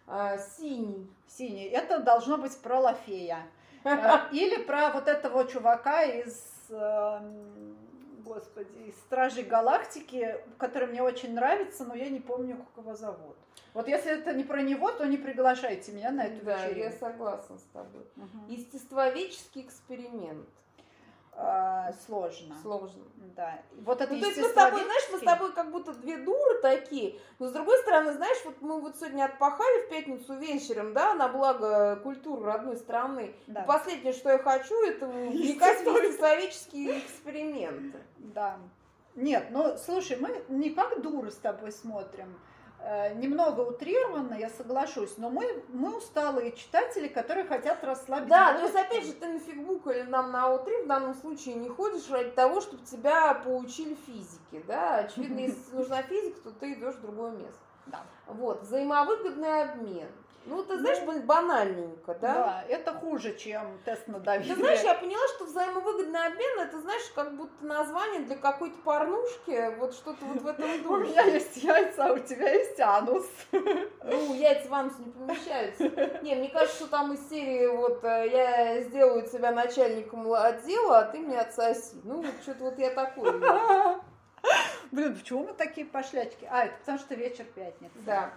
Синий. Это должно быть про Лафея. Или про вот этого чувака из Стражей Галактики, который мне очень нравится, но я не помню, как его зовут. Вот если это не про него, то не приглашайте меня на эту вечеринку. Да, я согласна с тобой. Естествоведческий эксперимент. сложно. Сложно. Да. Вот это, то есть мы с тобой, знаешь, мы с тобой как будто две дуры такие, но с другой стороны, знаешь, вот мы вот сегодня отпахали в пятницу вечером, да, на благо культуры родной страны. Да. И последнее, что я хочу, это вникать в естествоведческие эксперименты. Да. Нет, ну, слушай, мы не как дуры с тобой смотрим. Немного утрированно, я соглашусь, но мы усталые читатели, которые хотят расслабить Да, голову. то есть, опять же, ты на фигбук или нам на АО3 в данном случае не ходишь ради того, чтобы тебя поучили физике, да, очевидно, если тебе нужна физика, то ты идешь в другое место. Да. Вот, взаимовыгодный обмен. Ну, ты знаешь, банальненько, да? Да, это хуже, чем тест на доверие. Ты знаешь, я поняла, что взаимовыгодный обмен, это, знаешь, как будто название для какой-то порнушки, вот что-то вот в этом духе. У меня есть яйца, а у тебя есть анус. Ну, яйца в анус не помещаются. Не, мне кажется, что там из серии вот я сделаю тебя начальником отдела, а ты мне отсоси. Ну, вот что-то вот я такое. Блин, почему мы такие пошлячки? Это потому что вечер пятницы. Да.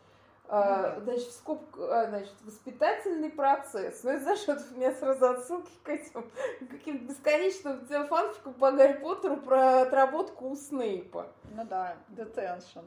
Значит, в скобках, значит, воспитательный процесс. Ну, это, знаешь, вот у меня сразу отсылки к этим каким-то бесконечным фанфикам по Гарри Поттеру про отработку у Снейпа. Ну да, detention.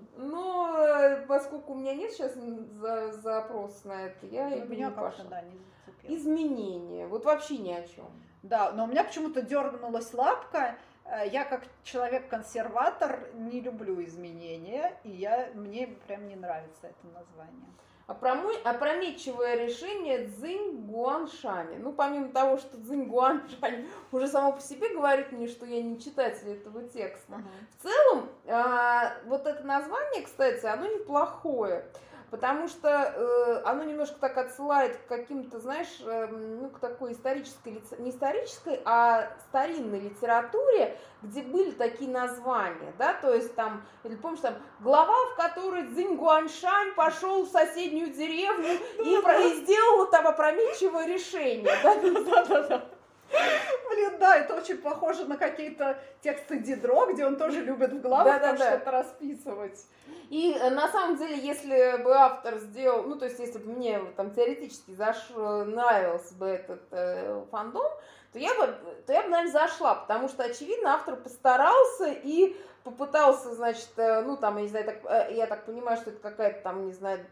Но поскольку у меня нет сейчас запроса на это, я и меня не как-то, пошла. да, не зацепило. Изменения. Вот вообще ни о чем. Да, но у меня почему-то дернулась лапка. Я как человек-консерватор не люблю изменения, и мне прям не нравится это название. Опрометчивое решение Цзинь Гуаншаня. Ну, помимо того, что Цзинь Гуаншань уже само по себе говорит мне, что я не читатель этого текста. В целом, вот это название, кстати, оно неплохое. Потому что оно немножко так отсылает к каким-то, знаешь, ну, к такой исторической, не исторической, а старинной литературе, где были такие названия, да, то есть там, или помнишь, там, глава, в которой Цзинь Гуаншань пошел в соседнюю деревню и сделал там опрометчивое решение, да. Блин, да, это очень похоже на какие-то тексты Дидро, где он тоже любит в главах там что-то расписывать. И на самом деле, если бы автор сделал, ну, то есть, если бы мне там теоретически нравился бы этот фандом, то я бы, наверное, зашла, потому что, очевидно, автор постарался и попытался, значит, ну, там, я не знаю, я так понимаю, что это какая-то там, не знаю,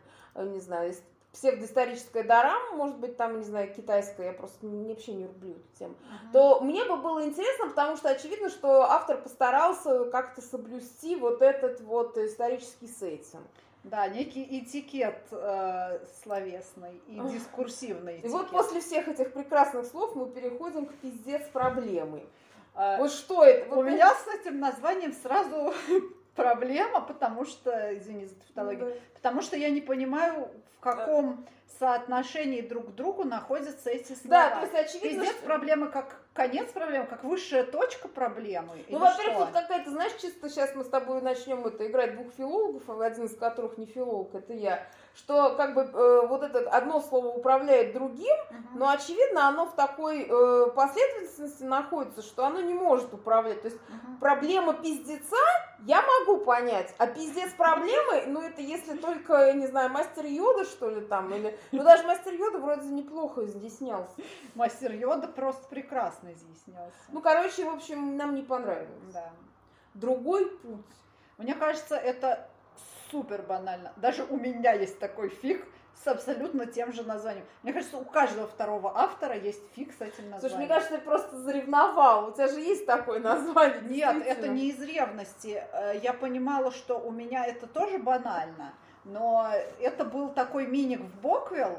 псевдоисторическая дорама, может быть, там, не знаю, китайская, я просто вообще не люблю эту тему, то мне бы было интересно, потому что очевидно, что автор постарался как-то соблюсти вот этот вот исторический сеттинг. Да, некий этикет словесный и дискурсивный этикет. И вот после всех этих прекрасных слов мы переходим к пиздец проблемы. Вот что это? У меня с этим названием сразу проблема, потому что, извини за тавтологию, потому что я не понимаю, в каком соотношении друг к другу находятся эти слова. Да, то есть очевидно, пиздец проблемы как конец проблемы, как высшая точка проблемы. Ну, во-первых, вот какая-то, знаешь, чисто сейчас мы с тобой начнем играть двух филологов, один из которых не филолог, это я, что как бы вот это одно слово управляет другим, но очевидно оно в такой последовательности находится, что оно не может управлять. То есть проблема пиздеца я могу понять, а пиздец проблемы, ну это если только, я не знаю, мастер Йода, что ли, там, или... Ну даже мастер Йода вроде неплохо изъяснялся. Мастер Йода просто прекрасно изъяснялся. Ну, короче, в общем, нам не понравилось. Да. Другой путь. Мне кажется, это супер банально. Даже у меня есть такой фиг с абсолютно тем же названием. Мне кажется, у каждого второго автора есть фиг с этим названием. Слушай, мне кажется, ты просто заревновал. У тебя же есть такое название. Нет, это не из ревности. Я понимала, что у меня это тоже банально. Но это был такой миник в Боквилл,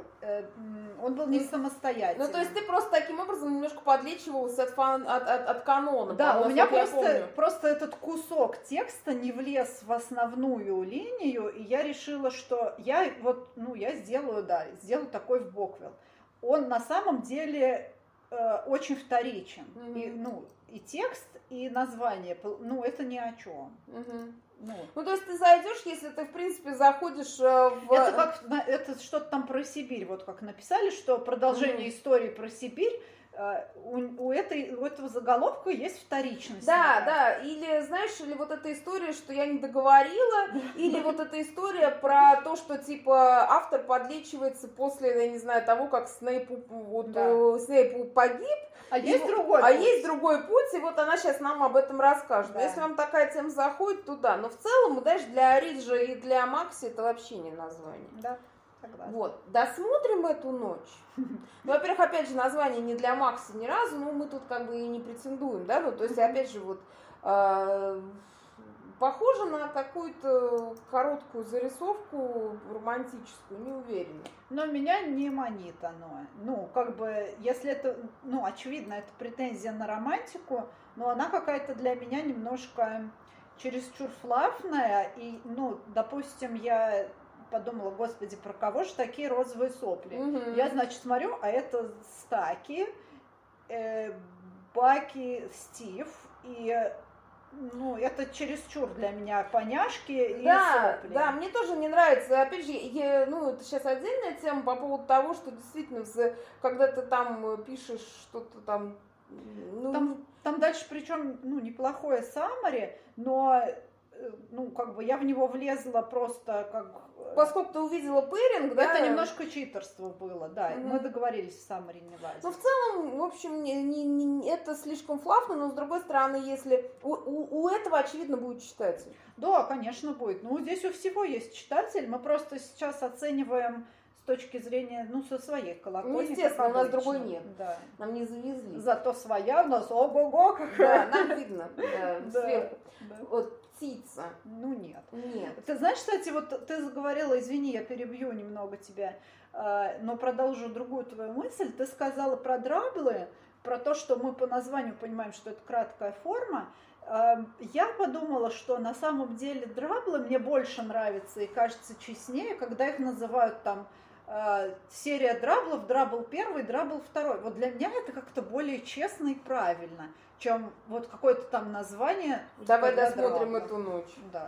он был не самостоятельный. Ну, то есть ты просто таким образом немножко подлечивался от канона. Да, у меня просто этот кусок текста не влез в основную линию, и я решила, что я сделаю такой в Боквилл. Он на самом деле очень вторичен. И текст, и название, это ни о чем. Ну, то есть ты зайдешь, если ты, в принципе, заходишь в... Это что-то там про Сибирь, вот как написали, что продолжение истории про Сибирь, у этого заголовка есть вторичность. Да, или, знаешь, или вот эта история, что я не договорила, или вот эта история про то, что, типа, автор подлечивается после, я не знаю, того, как Снейп погиб. Есть другой путь. Есть другой путь, и вот она сейчас нам об этом расскажет. Да. Если вам такая тема заходит, то да. Но в целом, знаешь, для Риджа и для Макси это вообще не название. Да. Согласна. Вот, досмотрим эту ночь. Во-первых, опять же, название не для Макса ни разу, но мы тут как бы и не претендуем, да, ну, то есть, опять же, вот, похоже на какую-то короткую зарисовку романтическую, не уверена. Но меня не манит оно. Ну, как бы, если это, ну, очевидно, это претензия на романтику, но она какая-то для меня немножко чересчур флафная, и, ну, допустим, я подумала, господи, про кого же такие розовые сопли? Я, значит, смотрю, а это Стаки, Баки, Стив, и, ну, это чересчур для меня поняшки и сопли. Да, мне тоже не нравится. Опять же, ну, это сейчас отдельная тема по поводу того, что действительно, когда ты там пишешь что-то там... Ну, там дальше, причем, ну, неплохое саммари, но... Ну, как бы я в него влезла просто как... Поскольку ты увидела пэринг, да? Это немножко читерство было, да. Мы договорились в саммари не лазить. Ну, в целом, в общем, это слишком флафно, но с другой стороны, если... У этого, очевидно, будет читатель. Да, конечно, будет. Ну, здесь у всего есть читатель. Мы просто сейчас оцениваем с точки зрения, ну, со своих колокольни. Ну, естественно, у нас другой нет. Да. Нам не завезли. Зато своя у нас ого-го какая. Да, нам видно сверху. Вот. Птица. Ну нет. Нет. Ты знаешь, кстати, вот ты заговорила, извини, я перебью немного тебя, но продолжу другую твою мысль. Ты сказала про драблы, про то, что мы по названию понимаем, что это краткая форма. Я подумала, что на самом деле драблы мне больше нравятся и кажется честнее, когда их называют там серия драблов, драбл первый, драбл второй. Вот для меня это как-то более честно и правильно, чем вот какое-то там название. Давай досмотрим эту ночь. Да.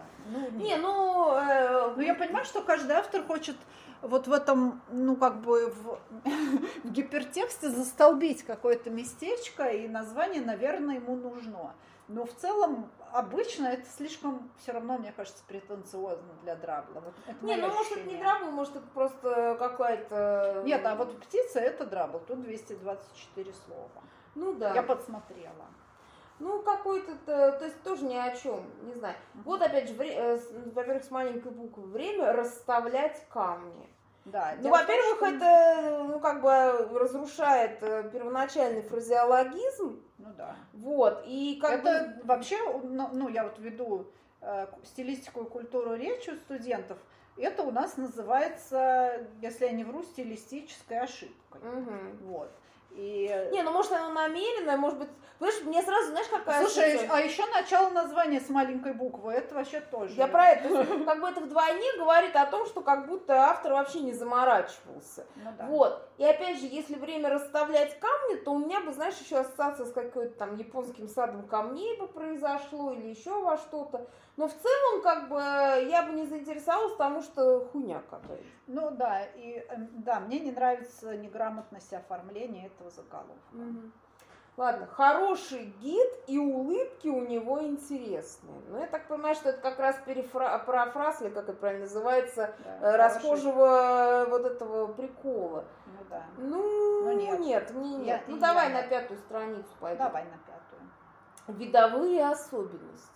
Ну, я понимаю, что каждый автор хочет вот в этом, ну, как бы в гипертексте застолбить какое-то местечко, и название, наверное, ему нужно. Но в целом обычно это слишком, все равно, мне кажется, претенциозно для драбла. Вот может это не драбл, может это просто какая-то... Нет, а вот птица это драбл, тут 224 слова. Ну да. Я подсмотрела. Ну, какой-то, то есть тоже ни о чем, не знаю. Вот опять же, во-первых, с маленькой буквы время расставлять камни. Да, ну, во-первых, это, ну, как бы разрушает первоначальный фразеологизм. Ну да. Вот, и как это бы... вообще, ну, я вот веду стилистику и культуру речи у студентов, это у нас называется, если я не вру, стилистической ошибкой. Вот. И... Не, ну может оно намеренное, может быть... Понимаешь, мне сразу, знаешь, какая... Слушай, а еще начало названия с маленькой буквы, это вообще тоже... Я про это. Как бы это вдвойне говорит о том, что как будто автор вообще не заморачивался. Ну, да. Вот. И опять же, если время расставлять камни, то у меня бы, знаешь, еще ассоциация с какой-то там японским садом камней бы произошло или еще во что-то. Но в целом, как бы, я бы не заинтересовалась, потому что хуйня какая-то. Ну да, и да, мне не нравится неграмотность оформления этого заголовка. Ладно, хороший гид, и улыбки у него интересные. Ну, я так понимаю, что это как раз парафраз, или как это правильно называется, да, расхожего вот этого прикола. Ну да. Ну нет, мне нет. Ну давай на 5-ю страницу пойдем. Давай на 5-ю. Видовые особенности.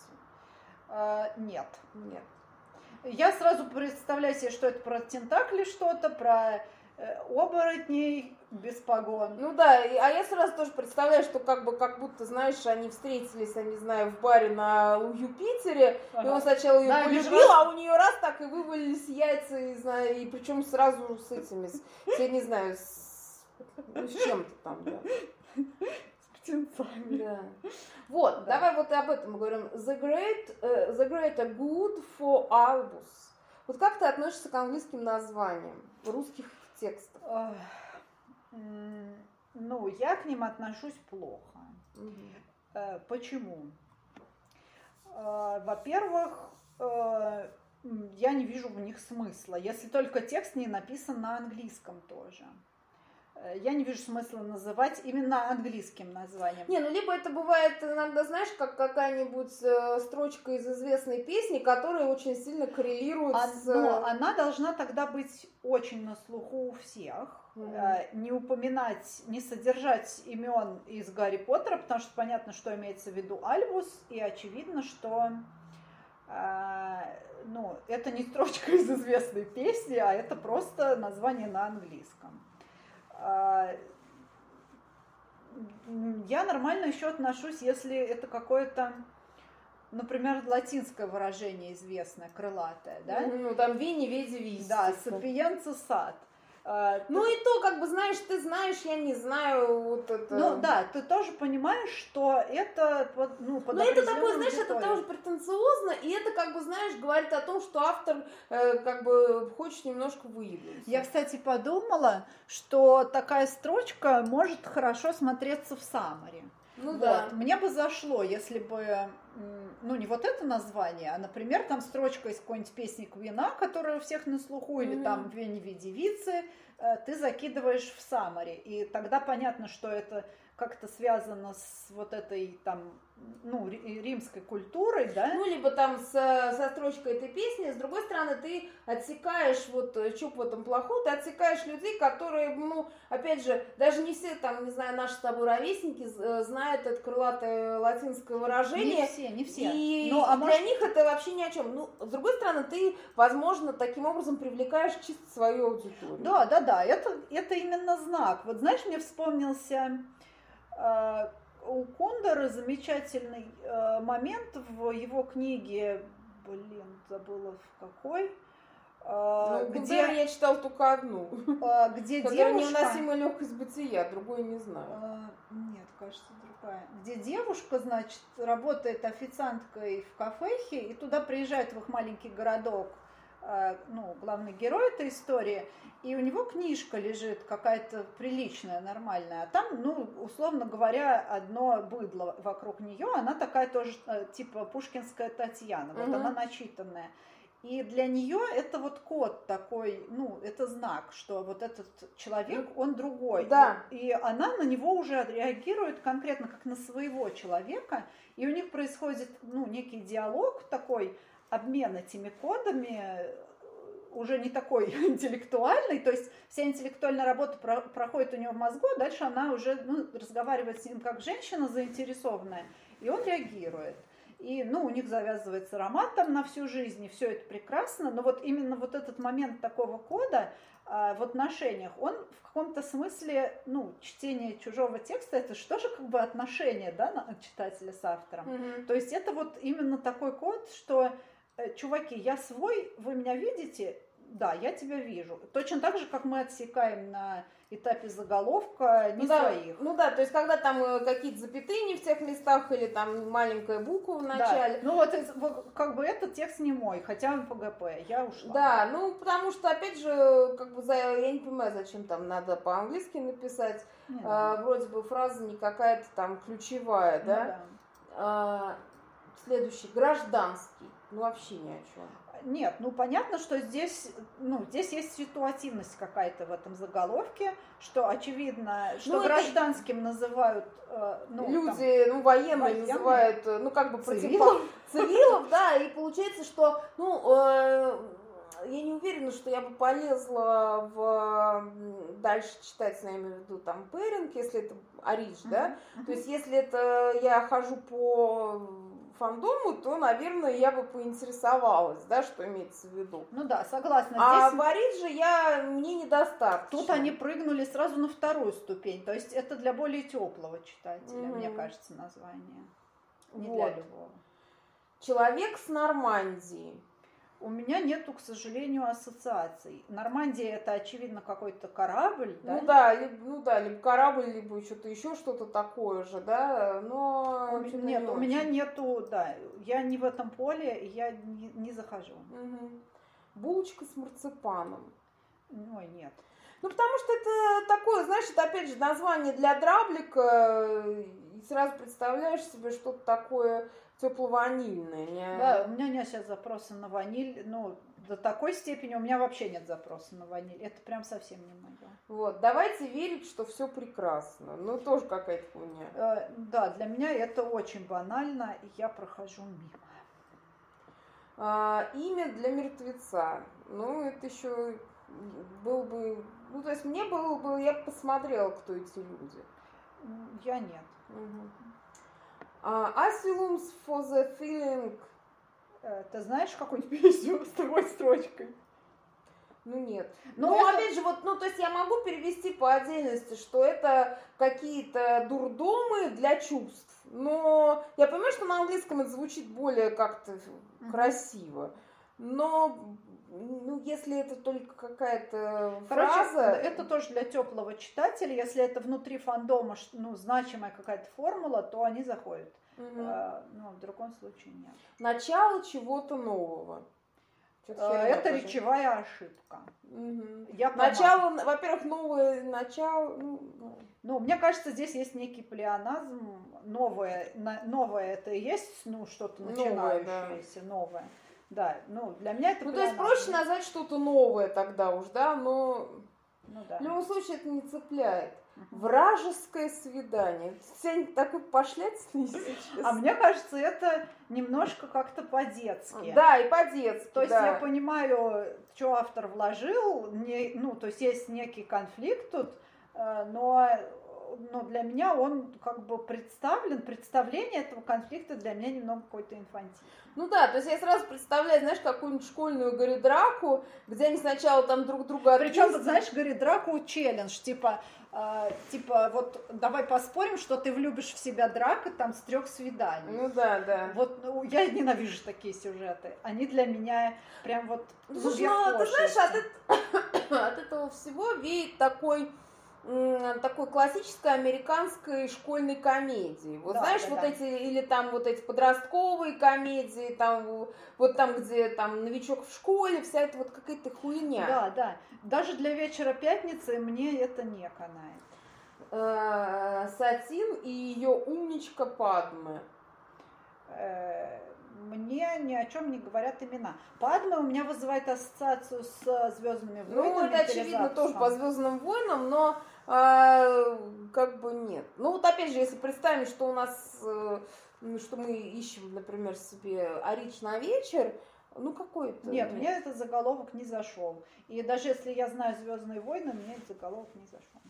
Нет. Нет. Я сразу представляю себе, что это про тентакли что-то, про оборотней без погон. Ну да, а я сразу тоже представляю, что как будто, знаешь, они встретились, я не знаю, в баре на Юпитере, и он сначала ее полюбил, а у нее раз так и вывалились яйца, и причем сразу с этими, я не знаю, с чем-то там, да. Птенцами. Да. Вот, да. Давай вот об этом мы говорим. The greater good for Albus. Вот как ты относишься к английским названиям русских текстов? Ну, я к ним отношусь плохо. Почему? Во-первых, я не вижу в них смысла, если только текст не написан на английском тоже. я не вижу смысла называть именно английским названием. Не, ну либо это бывает иногда, знаешь, как какая-нибудь строчка из известной песни, которая очень сильно коррелирует с... Но она должна тогда быть очень на слуху у всех. Не упоминать, не содержать имен из Гарри Поттера, потому что понятно, что имеется в виду Альбус, и очевидно, что это не строчка из известной песни, а это просто название на английском. Я нормально еще отношусь, если это какое-то, например, латинское выражение известное, крылатое, да? Ну, там вини, веди, виси. Да, сапиенца сад. Ну и то, как бы, знаешь, ты знаешь, я не знаю, вот это... Ну да, ты тоже понимаешь, что это, под это такое, знаешь, аудиторию. это тоже претенциозно, и это, как бы, знаешь, говорит о том, что автор, как бы, хочет немножко выебаться. Я, кстати, подумала, что такая строчка может хорошо смотреться в саммари. Ну вот. Да. Мне бы зашло, если бы, не вот это название, а, например, там строчка из какой-нибудь песни Квина, которая у всех на слуху, или там «Вени, ви, девицы», ты закидываешь в саммари. И тогда понятно, что это как-то связано с вот этой там, римской культурой, да? Ну, либо там со строчкой этой песни, с другой стороны, ты отсекаешь, вот, что в этом плохого, ты отсекаешь людей, которые, опять же, даже не все, там, не знаю, наши с тобой ровесники знают это крылатое латинское выражение. Не все. И для них это вообще ни о чем. Ну, с другой стороны, ты, возможно, таким образом привлекаешь чисто свою аудиторию. Да, это именно знак. Вот знаешь, мне вспомнился... У Кундера замечательный момент в его книге, забыла в какой, где я читала только одну, где которая девушка... «Невыносимая легкость бытия», другой не знаю. Нет, кажется, другая. Где девушка, значит, работает официанткой в кафехе, и туда приезжает в их маленький городок, главный герой этой истории, и у него книжка лежит какая-то приличная, нормальная, а там, условно говоря, одно быдло вокруг нее, она такая тоже, типа пушкинская Татьяна, вот она начитанная. И для нее это вот код такой, это знак, что вот этот человек, он другой. Да. И она на него уже реагирует конкретно как на своего человека, и у них происходит, некий диалог такой, обмен этими кодами, уже не такой интеллектуальный, то есть вся интеллектуальная работа проходит у него в мозгу, а дальше она уже разговаривает с ним как женщина заинтересованная, и он реагирует. И, у них завязывается роман там на всю жизнь, и все это прекрасно, но вот именно вот этот момент такого кода в отношениях, он в каком-то смысле, чтение чужого текста, это же тоже как бы отношение, да, читателя с автором. То есть это вот именно такой код, что, чуваки, я свой, вы меня видите, да, я тебя вижу. Точно так же, как мы отсекаем на этапе заголовка не своих. То есть когда там какие-то запятые не в тех местах или там маленькая буква в начале. Да. Как бы этот текст не мой, хотя он ПГП, я ушла. Да, потому что, опять же, как бы я не понимаю, зачем там надо по-английски написать. Вроде бы фраза не какая-то там ключевая, да? Да. Следующий, гражданский. Вообще ни о чем. Нет, понятно, что здесь есть ситуативность какая-то в этом заголовке, что очевидно, что гражданским называют люди, военные называют, цивилов, да, и получается, что, я не уверена, что я бы полезла дальше читать, я имею в виду, там, пэринг, если это Аридж, да, то есть если это я хожу по фандому, то, наверное, я бы поинтересовалась, да, что имеется в виду. Да, согласна. А в Аридже мне недостаточно. Тут они прыгнули сразу на вторую ступень, то есть это для более теплого читателя, мне кажется, название. Не для любого. Человек с Нормандии. У меня нету, к сожалению, ассоциаций. Нормандия — это, очевидно, какой-то корабль, да? Либо корабль, либо что-то такое же, да, но... Нет, у меня нету, да, я не в этом поле, я не захожу. Булочка с марципаном. Ой, нет. Потому что это такое, знаешь, это опять же название для драблика, и сразу представляешь себе что-то такое тепло-ванильное. Да, у меня нет сейчас запроса на ваниль, до такой степени у меня вообще нет запроса на ваниль. Это прям совсем не мое. Вот, давайте верить, что все прекрасно. Ну, тоже какая-то хуйня. Да, для меня это очень банально, и я прохожу мимо. Имя для мертвеца. Ну, это еще был бы... Ну, то есть мне было бы... Я бы посмотрела, кто эти люди. Я нет. Asylums for the feeling... Ты знаешь какую-нибудь песню с такой строчкой? Ну, нет. Но ну, это... опять же, вот, ну, то есть я могу перевести по отдельности, что это какие-то дурдомы для чувств. Но я понимаю, что на английском это звучит более как-то красиво. Но, ну, если это только какая-то фраза... это тоже для теплого читателя. Если это внутри фандома, ну, значимая какая-то формула, то они заходят. Но в другом случае нет. Начало чего-то нового. Это речевая ошибка. Начало, во-первых, новое начало. Ну, мне кажется, здесь есть некий плеоназм. Новое это и есть, ну, что-то начинающееся, новое. Да, ну, для меня это плеоназм. То есть проще назвать что-то новое тогда уж, да, но в любом случае это не цепляет. Вражеское свидание. Сегодня такой пошлятельный сейчас. А мне кажется, это немножко как-то по-детски. Да, и по-детски. То есть я понимаю, что автор вложил, ну, то есть есть некий конфликт тут, но для меня он как бы представление этого конфликта для меня немного какой-то инфантильный. Ну да, то есть я сразу представляю, знаешь, какую-нибудь школьную горе-драку, где они сначала там друг друга... Причем, знаешь, горе-драку челлендж, типа, вот давай поспорим, что ты влюбишь в себя Драка там с 3 свиданий. Ну да, да. Вот я ненавижу такие сюжеты. Они для меня прям вот... Слушай, ну ты знаешь, от этого всего веет такой классической американской школьной комедии. Вот да, знаешь, да, эти, или там вот эти подростковые комедии, там, вот там, где там новичок в школе, вся эта вот какая-то хуйня. Да, да. Даже для вечера пятницы мне это не канает. Сатин и ее умничка Падме. Мне ни о чем не говорят имена. Падме у меня вызывает ассоциацию с «Звездными войнами». Ну, это очевидно тоже по «Звездным войнам», но как бы нет. Ну, вот опять же, если представим, что у нас, что мы ищем, например, себе «Арич на вечер», ну, какой-то... Нет, мне этот заголовок не зашел. И даже если я знаю «Звездные войны», мне этот заголовок не зашел.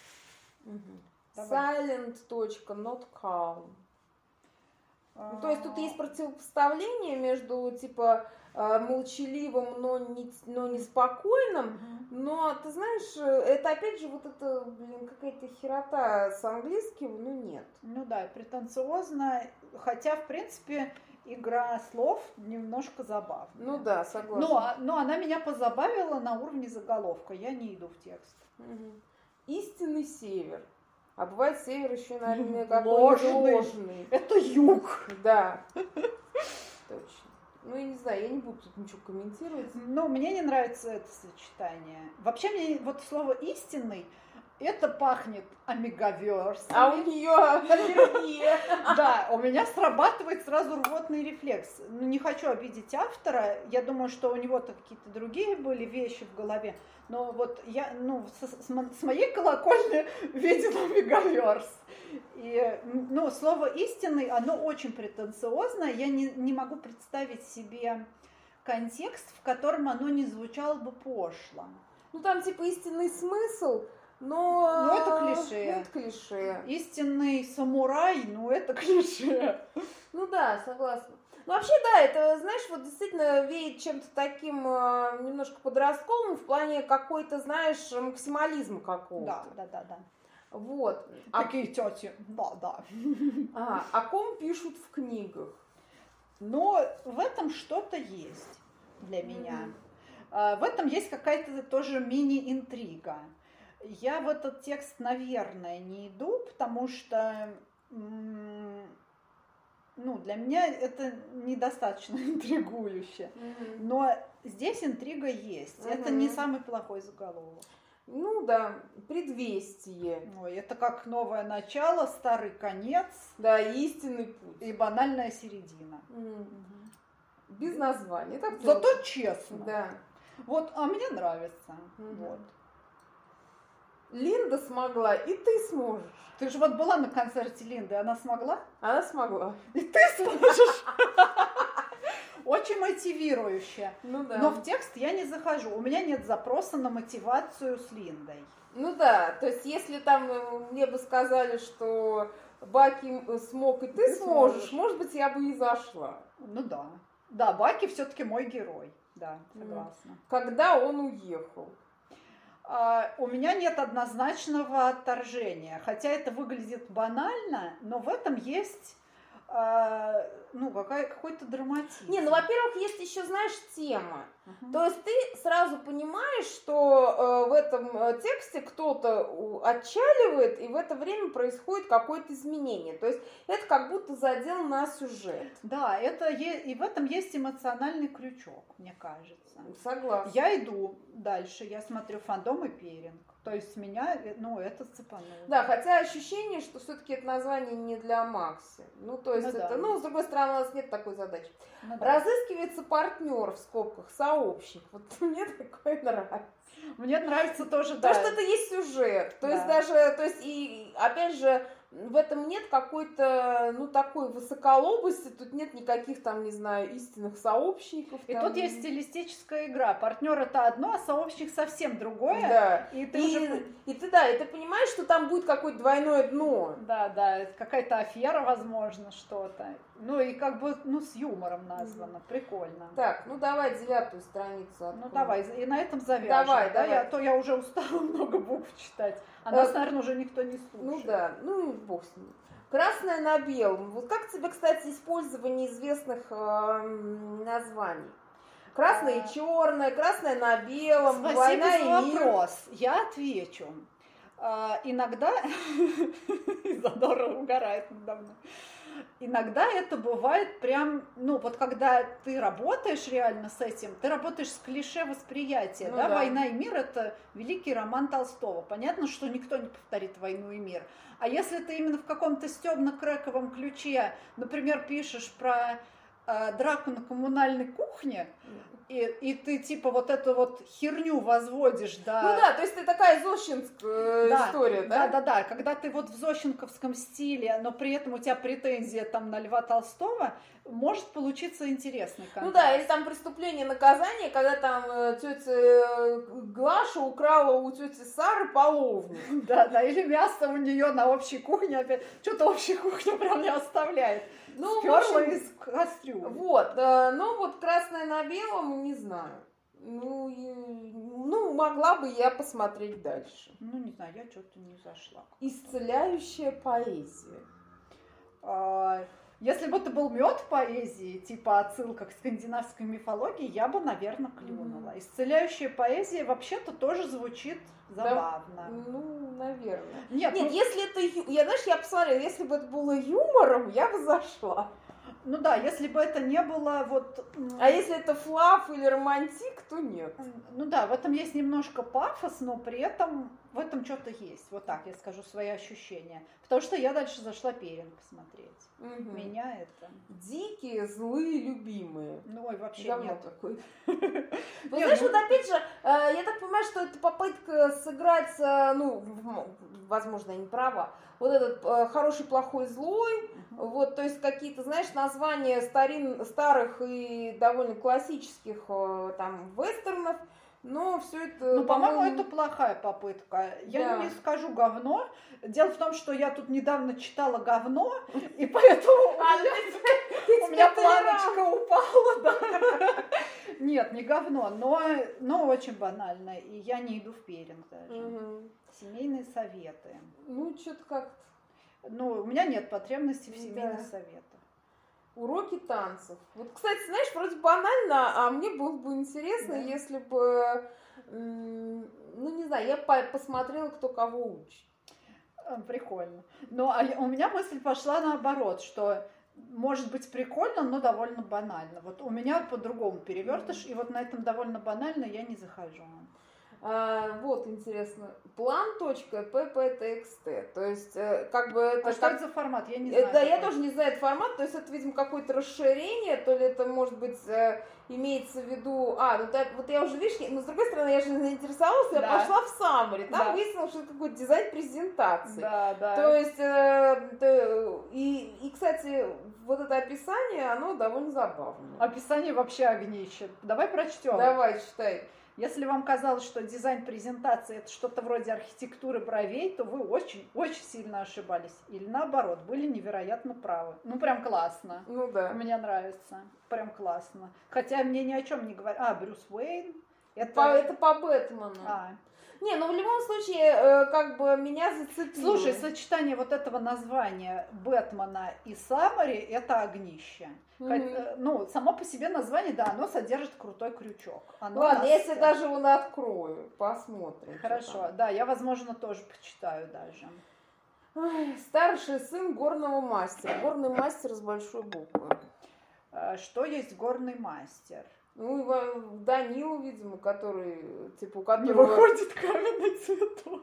Silent. Not calm. То есть тут есть противопоставление между, типа, молчаливым, но неспокойным, но, ты знаешь, это, опять же, вот это, какая-то херота с английским, ну, нет. Ну да, претенциозно, хотя, в принципе, игра слов немножко забавная. Ну да, согласна. Но она меня позабавила на уровне заголовка, я не иду в текст. Истинный север. А бывает север еще, наверное, какой-то ложный. Это юг. Да. Точно. Ну, я не знаю, я не буду тут ничего комментировать. Ну, мне не нравится это сочетание. Вообще, мне вот слово «истинный», это пахнет омегаверс. А у нее аллергия. Да, у меня срабатывает сразу рвотный рефлекс. Ну, не хочу обидеть автора. Я думаю, что у него-то какие-то другие были вещи в голове. Но вот я, ну, с моей колокольни виден омегаверс. И, ну, слово «истинный», оно очень претенциозное. Я не могу представить себе контекст, в котором оно не звучало бы пошло. Ну, там типа истинный смысл, но... Ну, это клише. Это клише. Истинный самурай, ну, это клише. Ну да, согласна. Ну, вообще, да, это, знаешь, вот действительно веет чем-то таким немножко подростковым в плане какой-то, знаешь, максимализма какого-то. Да. Вот. Какие тети? Да. О ком пишут в книгах? Но в этом что-то есть для меня. В этом есть какая-то тоже мини-интрига. Я в этот текст, наверное, не иду, потому что, ну, для меня это недостаточно интригующе. Но здесь интрига есть. Это не самый плохой заголовок. Ну да, предвестие. Ой, это как новое начало, старый конец. Да, истинный путь. И банальная середина. Без названия. Так Зато честно. Да. Вот, а мне нравится. Вот. Линда смогла, и ты сможешь. Ты же вот была на концерте Линды, она смогла? Она смогла. И ты сможешь. Очень мотивирующе. Ну да. Но в текст я не захожу. У меня нет запроса на мотивацию с Линдой. Ну да, то есть если там мне бы сказали, что Баки смог, и ты сможешь, может быть, я бы и зашла. Ну да. Да, Баки все-таки мой герой. Да, согласна. Когда он уехал? У меня нет однозначного отторжения. Хотя это выглядит банально, но в этом есть какой-то драматизм. Не, ну, во-первых, есть еще, знаешь, тема. То есть ты сразу понимаешь, что в этом тексте кто-то отчаливает, и в это время происходит какое-то изменение. То есть это как будто задел на сюжет. Да, и в этом есть эмоциональный крючок, мне кажется. Согласна. Я иду дальше, я смотрю «Фандом» и «Перинг». То есть меня, это цепануло. Да, хотя ощущение, что все-таки это название не для Макси. Ну, то есть с другой стороны, у нас нет такой задачи. Ну, да. Разыскивается партнер, в скобках, сообщник. Вот мне такое нравится. Мне нравится тоже, да. Потому что это есть сюжет. То есть даже, и опять же, в этом нет какой-то, такой высоколобости, тут нет никаких там, не знаю, истинных сообщников. И там. тут есть стилистическая игра. Партнер это одно, а сообщник совсем другое. Да. И ты ты понимаешь, что там будет какое-то двойное дно. Да, какая-то афера, возможно, что-то. Ну и как бы, с юмором названо. Прикольно. Так, давай 9-ю страницу откроем. Ну давай, и на этом завяжем. Давай. Я уже устала много букв читать. А нас, наверное, уже никто не слушает. Ну да, бог с ним. Красное на белом. Вот как тебе, кстати, использование известных названий? Красное и черное, красное на белом, Спасибо война за и мир. вопрос. Я отвечу. Иногда Задора угорает надо мной. Иногда это бывает прям, когда ты работаешь реально с этим, ты работаешь с клише восприятия, да? «Война и мир» — это великий роман Толстого. Понятно, что никто не повторит «Войну и мир». А если ты именно в каком-то стебно-крэковом ключе, например, пишешь про драку на коммунальной кухне, и ты типа вот эту вот херню возводишь, да. Ну да, то есть ты такая зощенская история, да? Да, когда ты вот в зощенковском стиле, но при этом у тебя претензия там на Льва Толстого, может получиться интересный контраст. Ну да, или там «Преступление и наказание», когда там тетя Глаша украла у тети Сары половник. Да, или мясо у нее на общей кухне опять. Что-то общая кухня прям не оставляет. Сперла из кастрюли. Вот, красное на белом, не знаю. Могла бы я посмотреть дальше. Не знаю, я что-то не зашла. Исцеляющая поэзия. Если бы это был мед поэзии, типа отсылка к скандинавской мифологии, я бы, наверное, клюнула. Исцеляющая поэзия вообще-то тоже звучит забавно. Да, наверное. Нет, если это... Я посмотрела, если бы это было юмором, я бы зашла. Ну да, если бы это не было вот... А если это флаф или романтик, то нет. Ну да, в этом есть немножко пафос, но при этом в этом что-то есть. Вот так я скажу свои ощущения. Потому что я дальше зашла «Перинг» посмотреть. Угу. Меня это... Дикие, злые, любимые. Ой, вообще нет. Такой. Знаешь, вот опять же, я так понимаю, что это попытка сыграть, возможно, я не права, вот этот хороший, плохой, злой, вот, то есть какие-то, знаешь, названия старых и довольно классических там вестернов, но все это... по-моему, это плохая попытка. Я не скажу говно. Дело в том, что я тут недавно читала говно, и поэтому у меня планочка упала. Да. Нет, не говно, но очень банально. И я не иду в «Перинг» даже. Семейные советы. Что-то как-то... У меня нет потребности в семейных советах. Уроки танцев. Вот, кстати, знаешь, вроде банально, а мне было бы интересно, если бы, не знаю, я посмотрела, кто кого учит. Прикольно. У меня мысль пошла наоборот, что может быть прикольно, но довольно банально. Вот у меня по-другому перевертыш, и вот на этом довольно банально я не захожу. Вот интересно. Plan.pptxt. То есть, как бы это... А что это за формат? Я не знаю. Да, я тоже не знаю этот формат. То есть, это, видимо, какое-то расширение, то ли это, может быть, имеется в виду... вот я уже, видишь, но с другой стороны, я же заинтересовалась, я пошла в Summary. Там выяснилось, что это какой-то дизайн презентации. Да. То есть, и, кстати, вот это описание, оно довольно забавное. Описание вообще огнище. Давай прочтем. Давай, читай. Если вам казалось, что дизайн презентации это что-то вроде архитектуры бровей, то вы очень сильно ошибались. Или наоборот, были невероятно правы. Ну, прям классно. Ну да. Мне нравится. Прям классно. Хотя мне ни о чем не говорят. Брюс Уэйн. Это по Бэтмену. Не, ну в любом случае, как бы меня зацепило. Слушай, сочетание вот этого названия Бэтмена и Summary это огнище. Ну, само по себе название, да, оно содержит крутой крючок. Ладно, если даже его открою, посмотрим. Хорошо, да, я, возможно, тоже почитаю даже. Старший сын горного мастера. Горный мастер с большой буквы. Что есть горный мастер? Ну, Данилу, видимо, который, типа, у которого... Не выходит каменный цветок.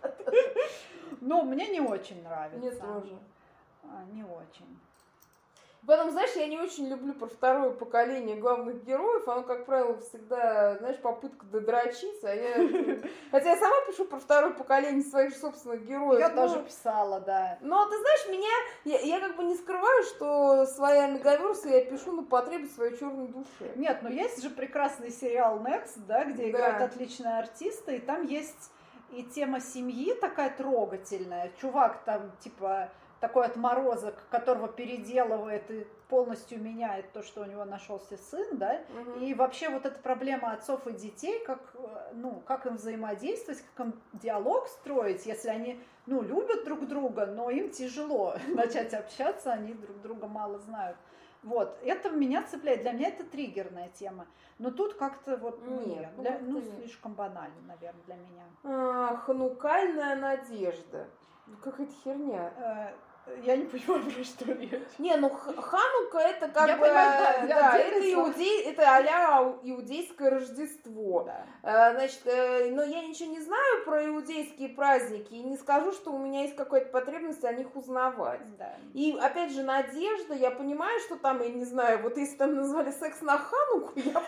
Ну, мне не очень нравится. Мне тоже. Не очень. Потом, знаешь, я не очень люблю про второе поколение главных героев. Оно, как правило, всегда, знаешь, попытка додрочиться. Хотя я сама пишу про второе поколение своих собственных героев. Я тоже писала, да. Но ты знаешь, я как бы не скрываю, что свои омегаверсы я пишу на потребность своей черной души. Нет, но есть же прекрасный сериал Next, да, где играют отличные артисты, и там есть и тема семьи такая трогательная. Чувак там, типа... такой отморозок, которого переделывает и полностью меняет то, что у него нашелся сын, да, и вообще вот эта проблема отцов и детей, как им взаимодействовать, как им диалог строить, если они, любят друг друга, но им тяжело начать общаться, они друг друга мало знают. Вот, это меня цепляет, для меня это триггерная тема, но тут как-то вот нет, слишком банально, наверное, для меня. Ханукальная надежда. Какая-то херня. Я не понимаю, про что речь. Не, Ханука это как я бы... Понимаю, да, это а-ля иудейское Рождество. Да. Значит, но я ничего не знаю про иудейские праздники и не скажу, что у меня есть какая-то потребность о них узнавать. Да. И опять же, надежда, я понимаю, что там, я не знаю, вот если там назвали секс на Хануку, я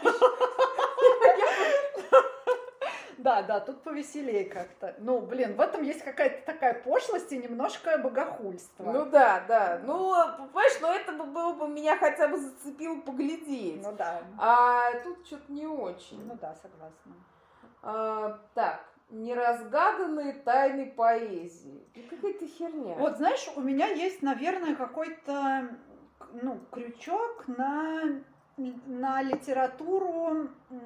Да, тут повеселее как-то. В этом есть какая-то такая пошлость и немножко богохульство. Ну да. Понимаешь, это было бы меня хотя бы зацепило поглядеть. Ну да. А тут что-то не очень. Ну да, согласна. Так, неразгаданные тайны поэзии. Какая-то херня. Вот знаешь, у меня есть, наверное, какой-то крючок на литературу...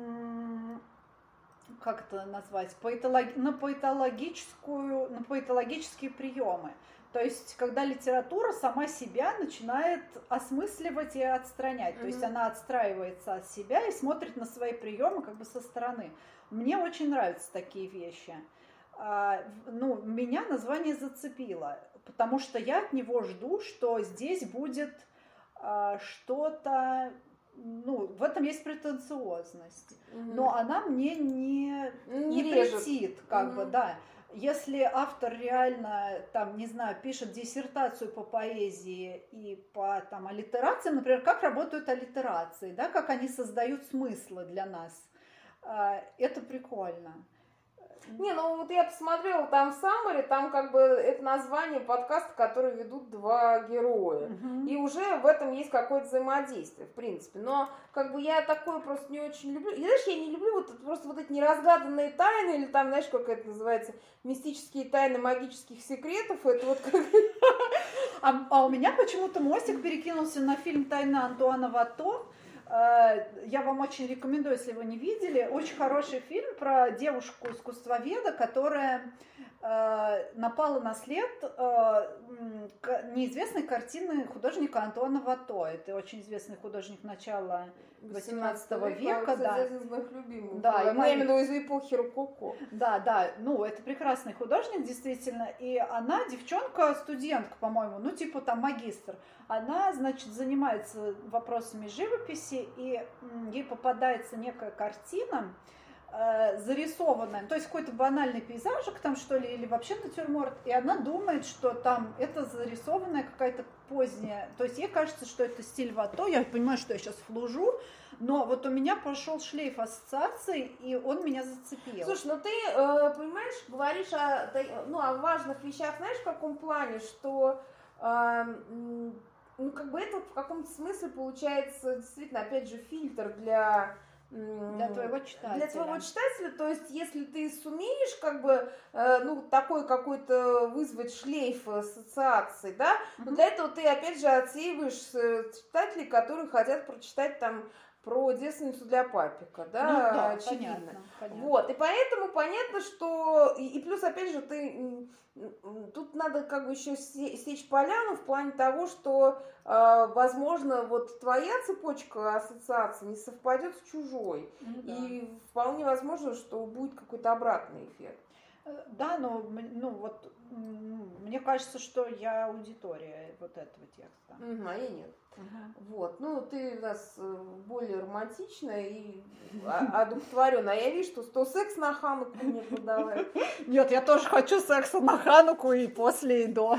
как это назвать, на поэтологические приемы. То есть, когда литература сама себя начинает осмысливать и отстранять. То есть, она отстраивается от себя и смотрит на свои приемы как бы со стороны. Мне очень нравятся такие вещи. Меня название зацепило, потому что я от него жду, что здесь будет что-то... в этом есть претенциозность, но она мне не претит, как бы, да. Если автор реально, там, не знаю, пишет диссертацию по поэзии и по, там, аллитерациям, например, как работают аллитерации, да, как они создают смыслы для нас, это прикольно. Не, вот я посмотрела, там в Summary, там как бы это название подкаста, который ведут два героя. И уже в этом есть какое-то взаимодействие, в принципе. Но как бы я такое просто не очень люблю. И знаешь, я не люблю просто вот эти неразгаданные тайны, или там, знаешь, как это называется, мистические тайны магических секретов. Это вот как... А у меня почему-то мостик перекинулся на фильм «Тайна Антуана Ватто». Я вам очень рекомендую, если вы не видели. Очень хороший фильм про девушку-искусствоведа, которая напала на след неизвестной картины художника Антуана Ватто. Это очень известный художник начала 18 века. Да, один из моих любимых. Да, я имею в виду из эпохи рококо. Да, это прекрасный художник, действительно. И она девчонка, студентка, по-моему, типа там магистр. Она, значит, занимается вопросами живописи, и ей попадается некая картина, зарисованное, то есть какой-то банальный пейзажик там, что ли, или вообще натюрморт, и она думает, что там это зарисованная какая-то поздняя, то есть ей кажется, что это стиль Вато, я понимаю, что я сейчас флужу, но вот у меня пошел шлейф ассоциаций, и он меня зацепил. Слушай, ну ты, понимаешь, говоришь о важных вещах, знаешь, в каком плане, что как бы это в каком-то смысле получается действительно, опять же, фильтр для твоего читателя. Для твоего читателя, то есть, если ты сумеешь, как бы, такой какой-то вызвать шлейф ассоциаций, да, но для этого ты, опять же, отсеиваешь читателей, которые хотят прочитать там про девственницу для папика, да, ну, да, очевидно. Понятно. Вот, и поэтому понятно, что, и плюс, опять же, тут надо как бы еще сечь поляну в плане того, что, возможно, вот твоя цепочка ассоциаций не совпадет с чужой, и вполне возможно, что будет какой-то обратный эффект. Да, но вот мне кажется, что я аудитория вот этого текста. А я нет. Вот, ты у нас более романтичная и одухотворенная. А я вижу, что секс на Хануку мне продавай. Нет, я тоже хочу секса на Хануку и после, и до.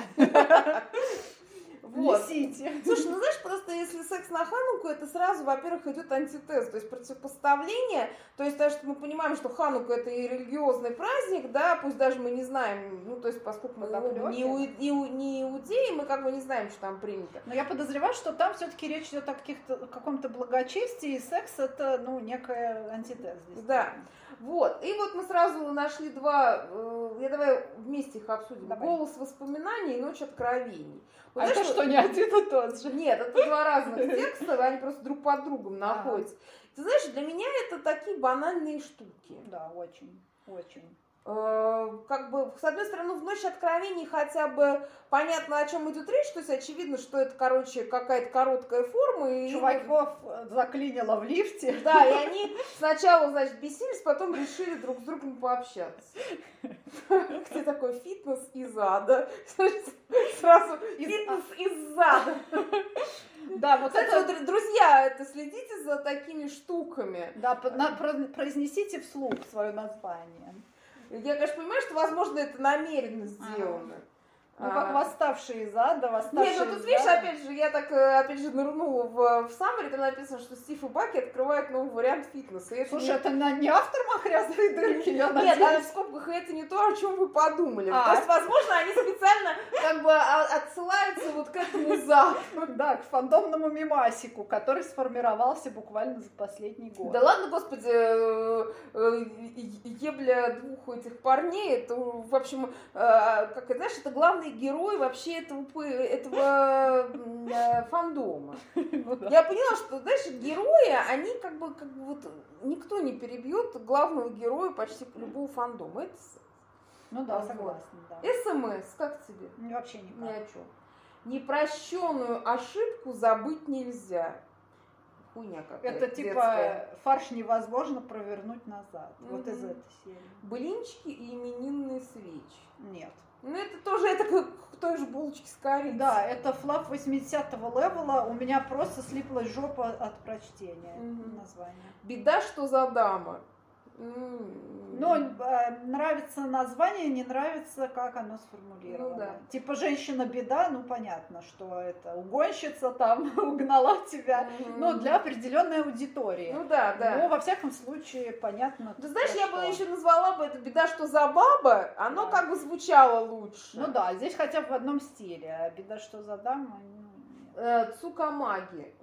Вот. Слушай, знаешь, просто если секс на Хануку, это сразу, во-первых, идет антитез, то есть противопоставление, то есть даже что мы понимаем, что Ханука это и религиозный праздник, да, пусть даже мы не знаем, то есть поскольку мы не иудеи, мы как бы не знаем, что там принято. Но я подозреваю, что там все-таки речь идет о каком-то благочестии, и секс это, некая антитез. Да. Вот, и вот мы сразу нашли два, давай вместе их обсудим. Давай. «Голос воспоминаний» и «Ночь откровений». Вот, это что, не один и тот же? Нет, это два разных текста, они просто друг под другом находятся. Ты знаешь, для меня это такие банальные штуки. Да, очень, очень. Как бы, с одной стороны, в «Ночь откровений» хотя бы понятно, о чем идет речь, то есть очевидно, что это, какая-то короткая форма. И чуваков заклинило в лифте. Да, и они сначала, значит, бесились, потом решили друг с другом пообщаться. Где такой фитнес из ада? Сразу фитнес из зада. Да, вот кстати, это... друзья, следите за такими штуками. Да, произнесите вслух свое название. Я, конечно, понимаю, что, возможно, это намеренно сделано. Как «Восставшие из ада», «Восставшие из ада». Нет, тут видишь, опять же, нырнула в Саммари, там написано, что Стив и Баки открывают новый вариант фитнеса. Слушай, это не автор «Махрястой дырки», я надеюсь? Нет, в скобках это не то, о чем вы подумали. То есть, возможно, они специально как бы отсылаются вот к этому заду. Да, к фандомному мемасику, который сформировался буквально за последний год. Да ладно, господи, ебля двух этих парней, это, в общем, знаешь, это главный герой вообще этого фандома. Я поняла, что, знаешь, герои, они как бы вот никто не перебьет главного героя почти любого фандома. Это согласна, да. СМС, как тебе? Вообще никак. Ни о чем. Непрощенную ошибку забыть нельзя. Хуйня какая-то. Это типа фарш невозможно провернуть назад. Вот из этой серии. Блинчики и именинные свечи. Нет. Это тоже, это как той же булочки с корицей. Да, это флап 80-го левела. У меня просто слиплась жопа от прочтения названия. «Беда, что за дама». Нравится название, не нравится, как оно сформулировано. Да. Типа «Женщина-беда», понятно, что это угонщица там угнала тебя, для определенной аудитории. Да. Но во всяком случае понятно. Ты знаешь, я бы еще назвала бы это «Беда, что за баба», оно как бы звучало лучше. Здесь хотя бы в одном стиле, а «Беда, что за дама» Цукомагами.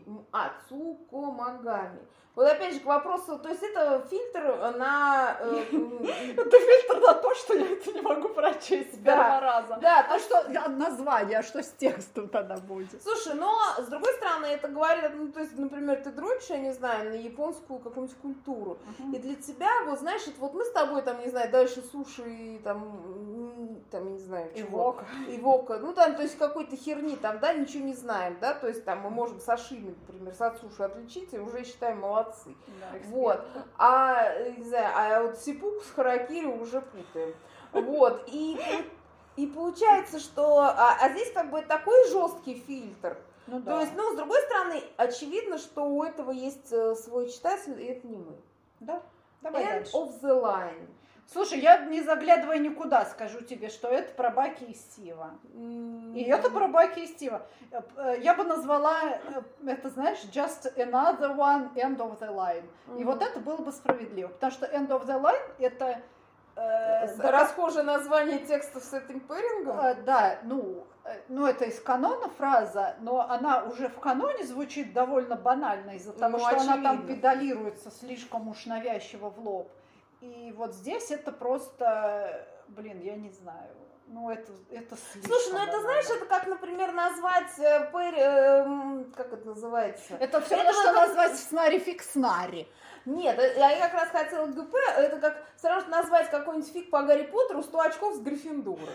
Вот опять же к вопросу, то есть это фильтр на... Это фильтр на то, что я это не могу прочесть с первого раза. Да, что название, а что с текстом тогда будет? Слушай, но с другой стороны это говорит, то есть, например, ты дрочишь, я не знаю, на японскую какую-нибудь культуру, и для тебя, вот знаешь, вот мы с тобой там, не знаю, дальше суши, там, не знаю, чего. Ивока. То есть какой-то херни там, да, ничего не знаем, да, то есть там мы можем сашими, например, от суши отличить и уже считаем молодцы. Да, вот. Не знаю, вот сипуку с харакири уже путаем. Вот. И получается, что здесь как бы такой жесткий фильтр. То есть, с другой стороны, очевидно, что у этого есть свой читатель, и это не мы. Да. Давай End дальше. of the line. Слушай, я не заглядывая никуда, скажу тебе, что это про Баки и Стива. И это про Баки и Стива. Я бы назвала это, знаешь, just another one, end of the line. И вот это было бы справедливо, потому что end of the line это... Расхожее название текстов с этим пэрингом? Да, ну это из канона фраза, но она уже в каноне звучит довольно банально из-за того, что очевидно. она там педалируется слишком уж навязчиво в лоб. И вот здесь это просто, я не знаю, это слишком. Слушай, это, знаешь, это как, например, назвать как это называется? Это все равно, что назвать сценарий фиг-сценарий. Нет, я как раз хотела ГП, это как все равно, что назвать какой-нибудь фиг по Гарри Поттеру 100 очков с Гриффиндора.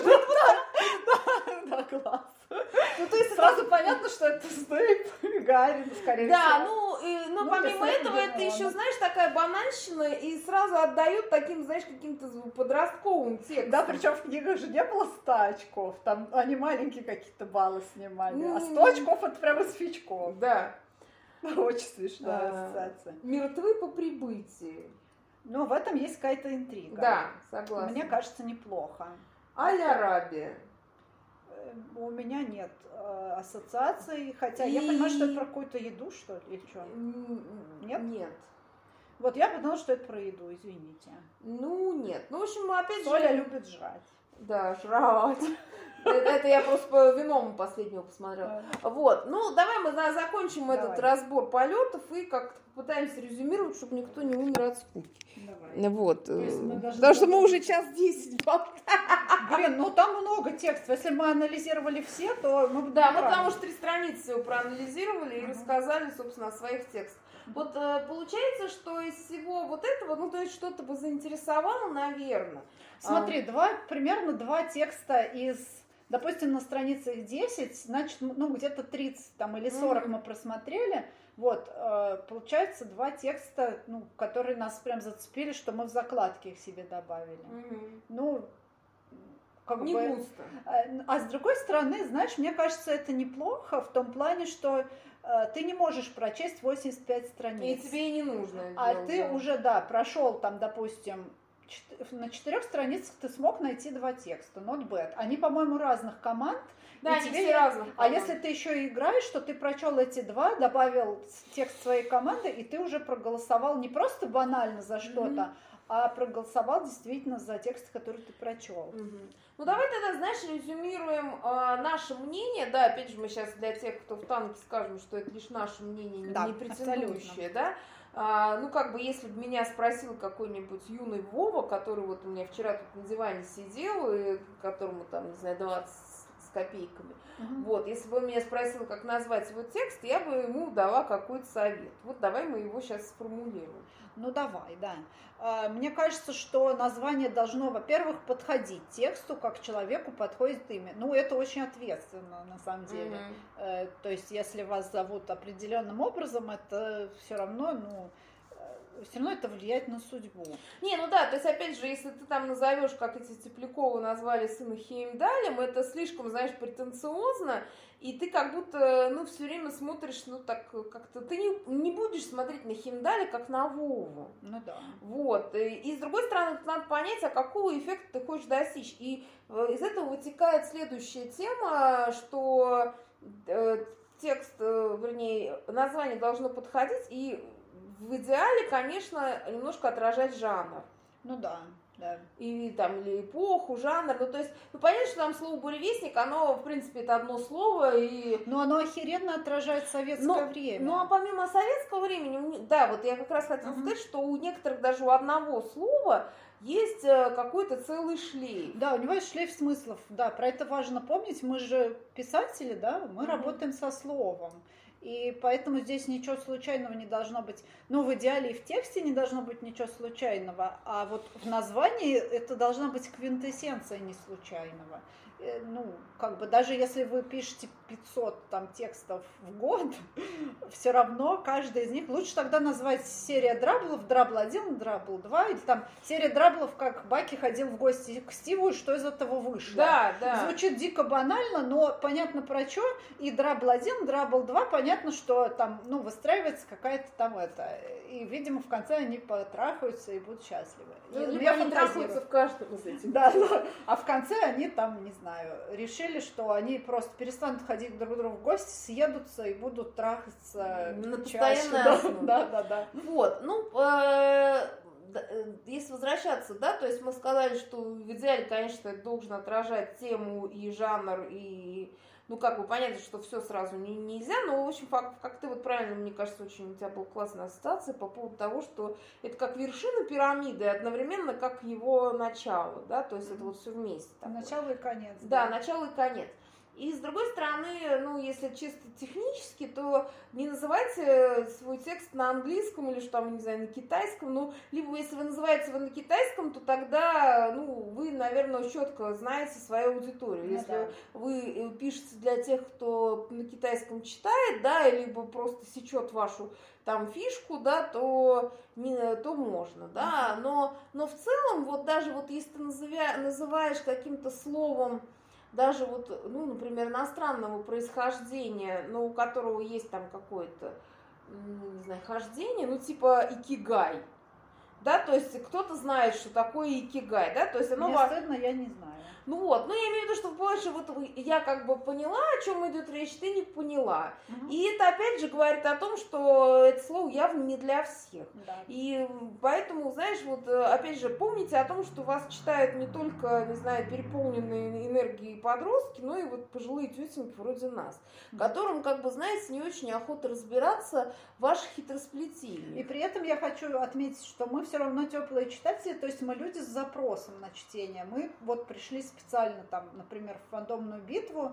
Да, класс. То есть сразу понятно, что это Снейп и Гарри, скорее всего. Да, но помимо этого, это еще, знаешь, такая банальщина, и сразу отдают таким, знаешь, каким-то подростковым текстом. Да, причем в книгах же не было 100 очков, там они маленькие какие-то баллы снимали, а 100 очков это прямо с фичков. Да. Очень смешная ассоциация. Мертвы по прибытии. В этом есть какая-то интрига. Да, согласна. Мне кажется, неплохо. Аль-Арабия. У меня нет ассоциаций, хотя я понимаю, что это про какую-то еду, что ли, или что? Нет? Нет. Вот я подумала, что это про еду, извините. Нет. В общем, опять же... Соля любит жрать. Да, жрать. Это я просто по вином последнего посмотрела. Вот. Давай мы закончим этот разбор полетов и как-то попытаемся резюмировать, чтобы никто не умер от скуки. Давай. Вот. Потому что мы уже час 10 болтаем. Там много текстов. Если мы анализировали все, то мы... Да, мы потому что 3 страницы всего проанализировали и рассказали, собственно, о своих текстах. Вот получается, что из всего вот этого, то есть что-то бы заинтересовало, наверное. Смотри, примерно 2 текста из, допустим, на страницах 10, значит, где-то 30 там, или 40 мы просмотрели. Вот, получается 2 текста, которые нас прям зацепили, что мы в закладке их себе добавили. Не густо. А с другой стороны, знаешь, мне кажется, это неплохо в том плане, что ты не можешь прочесть 85 страниц. И тебе и не нужно. Ты уже, прошел там, допустим, на 4 страницах ты смог найти 2 текста, not bad. Они, по-моему, разных команд. Да, они все разных. А если ты еще и играешь, что ты прочел эти 2, добавил текст своей команды, и ты уже проголосовал не просто банально за что-то, а проголосовал действительно за текст, который ты прочел. Давай тогда, знаешь, резюмируем наше мнение. Да, опять же, мы сейчас для тех, кто в танке, скажем, что это лишь наше мнение, не претендующее, да. Если бы меня спросил какой-нибудь юный Вова, который вот у меня вчера тут на диване сидел, и которому там, не знаю, 20 с копейками, вот, если бы он меня спросил, как назвать его текст, я бы ему дала какой-то совет. Вот давай мы его сейчас сформулируем. Давай, да. Мне кажется, что название должно, во-первых, подходить тексту, как человеку подходит имя. Это очень ответственно, на самом деле. То есть, если вас зовут определенным образом, это все равно, это влияет на судьбу. То есть, опять же, если ты там назовешь, как эти Тепляковы назвали сына Хеймдалем, это слишком, знаешь, претенциозно, и ты как будто, все время смотришь, так как-то, ты не будешь смотреть на Хеймдаля как на Вову. Да. Вот. И с другой стороны, надо понять, а какого эффекта ты хочешь достичь. И из этого вытекает следующая тема, что текст, название должно подходить и в идеале, конечно, немножко отражать жанр. Да. И там, или эпоху, жанр. То есть, понятно, что там слово буревестник, оно, в принципе, это одно слово. Но оно охеренно отражает советское время. А помимо советского времени, да, вот я как раз хотела сказать, что у некоторых даже у одного слова есть какой-то целый шлейф. Да, у него есть шлейф смыслов. Да, про это важно помнить. Мы же писатели, да, мы работаем со словом. И поэтому здесь ничего случайного не должно быть. В идеале и в тексте не должно быть ничего случайного. А вот в названии это должна быть квинтэссенция неслучайного. ну, как бы даже если вы пишете 500 там текстов в год, все равно каждый из них лучше тогда назвать серия драблов, драбл 1, драбл 2, или там серия драблов, как Баки ходил в гости к Стиву, и что из этого вышло. Да. Звучит дико банально, но понятно про что, и драбл 1, драбл 2, понятно, что там, ну, выстраивается какая-то там и, видимо, в конце они потрахаются и будут счастливы. Либо они трахаются в каждом из этих. Да, а в конце они там, не знаю, решили, что они просто перестанут ходить друг к другу в гости, съедутся и будут трахаться на чаще. постоянной основе. Да. Вот, ну, если возвращаться, да, то есть мы сказали, что в идеале, конечно, это должен отражать тему и жанр, и, ну, как бы понятно, что все сразу нельзя, но, в общем, как ты вот правильно, мне кажется, очень у тебя была классная ассоциация по поводу того, что это как вершина пирамиды, и одновременно как его начало, да, то есть это вот все вместе. Начало и конец. Да, начало и конец. И с другой стороны, ну, если чисто технически, то не называйте свой текст на английском или, что там, не знаю, на китайском. Ну, либо если вы называете его на китайском, то тогда, ну, вы, наверное, четко знаете свою аудиторию. Если вы пишете для тех, кто на китайском читает, да, либо просто сечет вашу там фишку, да, то можно, да. Но в целом, вот даже вот если ты называешь каким-то словом, даже вот, ну, например, иностранного происхождения, но у которого есть там какое-то, не знаю, хождение, ну, типа икигай, да, то есть кто-то знает, что такое икигай, да, то есть оно... Мне стыдно, я не знаю. Ну вот, ну я имею в виду, что больше вот я как бы поняла, о чем идет речь, ты не поняла. И это опять же говорит о том, что это слово явно не для всех. Да. И поэтому, знаешь, вот опять же помните о том, что вас читают не только, не знаю, переполненные энергией подростки, но и вот пожилые тетеньки вроде нас, которым, как бы, знаете, не очень охота разбираться в ваших хитросплетениях. И при этом я хочу отметить, что мы все равно теплые читатели, то есть мы люди с запросом на чтение. Мы вот пришли специально там, например, в фандомную битву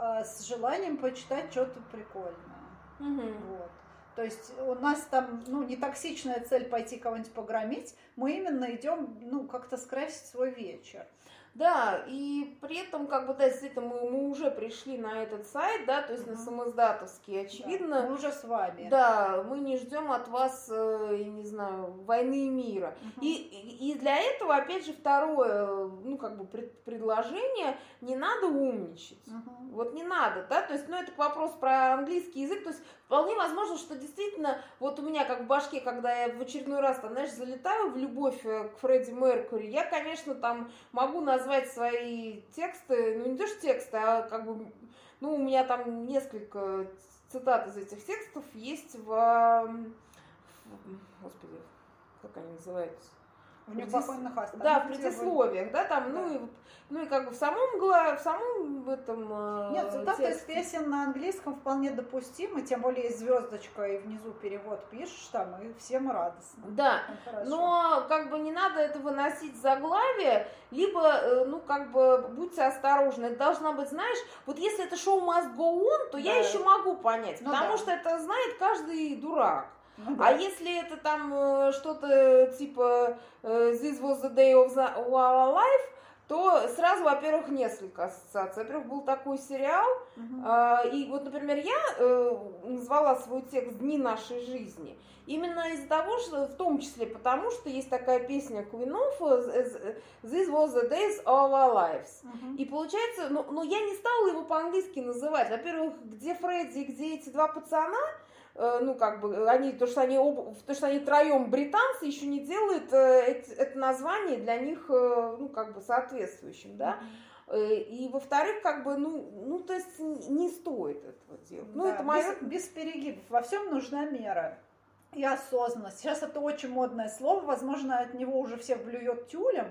с желанием почитать что-то прикольное. Вот. То есть у нас там, ну, не токсичная цель пойти кого-нибудь погромить, мы именно идем, ну, как-то скрасить свой вечер. Да, и при этом, как бы, да, действительно, мы уже пришли на этот сайт, да, то есть на самоиздатовский, очевидно. Да, мы уже с вами. Да, мы не ждем от вас, я не знаю, войны и мира. И для этого, опять же, второе, ну, как бы, предложение, не надо умничать. Вот не надо, да, то есть, ну, это вопрос про английский язык, то есть, вполне возможно, что действительно, вот у меня как в башке, когда я в очередной раз, там, знаешь, залетаю в любовь к Фредди Меркьюри, я, конечно, там могу назвать свои тексты, ну, не то что тексты, а как бы, ну, у меня там несколько цитат из этих текстов есть господи, как они называются? В непокойных остатках. Да, в предисловиях, да, там, да. Ну и как бы в самом этом... Нет, цитаты из песен на английском вполне допустимы, тем более есть звездочка, и внизу перевод пишешь там, и всем радостно. Да, но как бы не надо это выносить в заглавие, либо, ну, как бы, будьте осторожны. Это должна быть, знаешь, вот если это шоу must go on, то я еще могу понять, потому что это знает каждый дурак. А если это там что-то типа This was the day of our life, то сразу, во-первых, несколько ассоциаций. Во-первых, был такой сериал, и вот, например, я назвала свой текст «Дни нашей жизни». Именно из-за того, что, в том числе потому, что есть такая песня Queen of This was the days of our lives. И получается, ну, я не стала его по-английски называть. Во-первых, где Фредди, где эти два пацана, ну, как бы, то, что они троем британцы, еще не делает это название для них, ну, как бы, соответствующим, да. И, во-вторых, как бы, ну, то есть не стоит этого делать. Ну, да, это мое... без перегибов. Во всем нужна мера и осознанность. Сейчас это очень модное слово, возможно, от него уже всех блюет тюлем,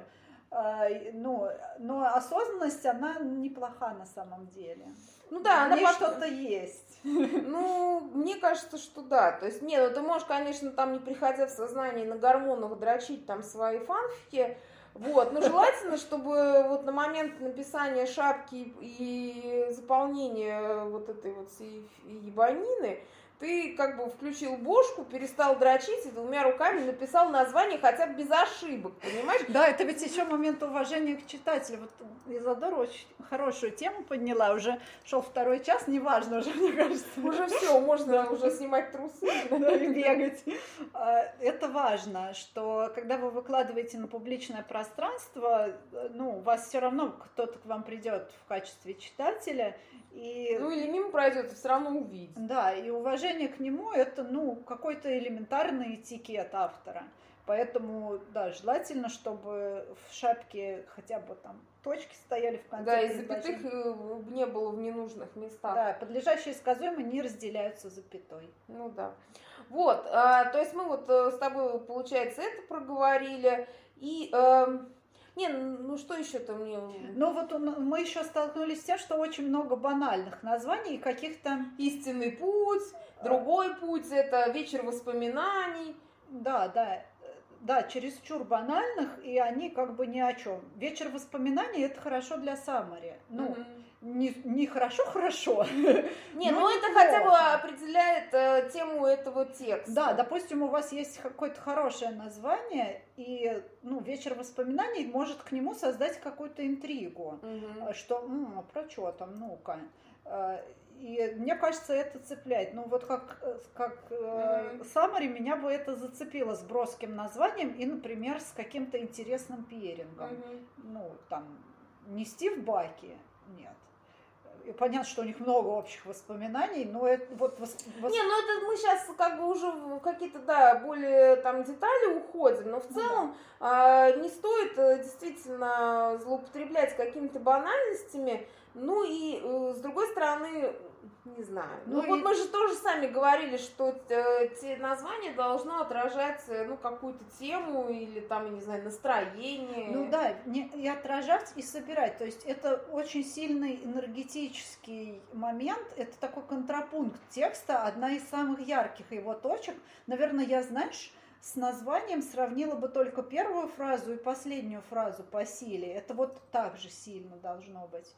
но осознанность, она неплоха на самом деле. Ну да, она что-то есть. Ну, мне кажется, что да. То есть, нет, ну ты можешь, конечно, там, не приходя в сознание, на гормонах дрочить там свои фанфики, вот, но желательно, чтобы вот на момент написания шапки и заполнения вот этой вот всей ебанины ты как бы включил бошку, перестал дрочить и 2 руками написал название хотя бы без ошибок, понимаешь? Да, это ведь еще момент уважения к читателю. Вот Изодора очень хорошую тему подняла, уже шел 2 час, неважно уже, мне кажется. Уже все, можно уже снимать трусы и бегать. Это важно, что когда вы выкладываете на публичное пространство, ну, у вас все равно кто-то к вам придет в качестве читателя. И, ну или мимо пройдет, и все равно увидит. Да, и уважение к нему это, ну, какой-то элементарный этикет автора. Поэтому, да, желательно, чтобы в шапке хотя бы там точки стояли в конце. Да, и запятых не было в ненужных местах. Да, подлежащие и сказуемые не разделяются запятой. Ну да. Вот, то есть мы вот с тобой, получается, это проговорили. И не, ну что еще-то мне... Ну вот мы еще столкнулись с тем, что очень много банальных названий и каких-то... Истинный путь, другой путь, это вечер воспоминаний. Да, чересчур банальных, и они как бы ни о чем. Вечер воспоминаний это хорошо для саммари. Ну, не хорошо. Не, ну это хотя бы определяет тему этого текста. Да, допустим, у вас есть какое-то хорошее название, и ну, вечер воспоминаний может к нему создать какую-то интригу. Что, про что там, ну-ка. И мне кажется, это цепляет. Ну, вот как Саммари меня бы это зацепило с броским названием и, например, с каким-то интересным пиерингом. Ну, там, не Стив Баки, нет. И понятно, что у них много общих воспоминаний, но это вот... Не, ну это мы сейчас как бы уже в какие-то, да, более там детали уходим, но в целом не стоит действительно злоупотреблять какими-то банальностями. Ну и с другой стороны, не знаю. Ну вот мы же тоже сами говорили, что те названия должно отражать, ну, какую-то тему или там, я не знаю, настроение. Ну да, и отражать, и собирать. То есть это очень сильный энергетический момент, это такой контрапункт текста, одна из самых ярких его точек. Наверное, я, знаешь, с названием сравнила бы только первую фразу и последнюю фразу по силе. Это вот так же сильно должно быть.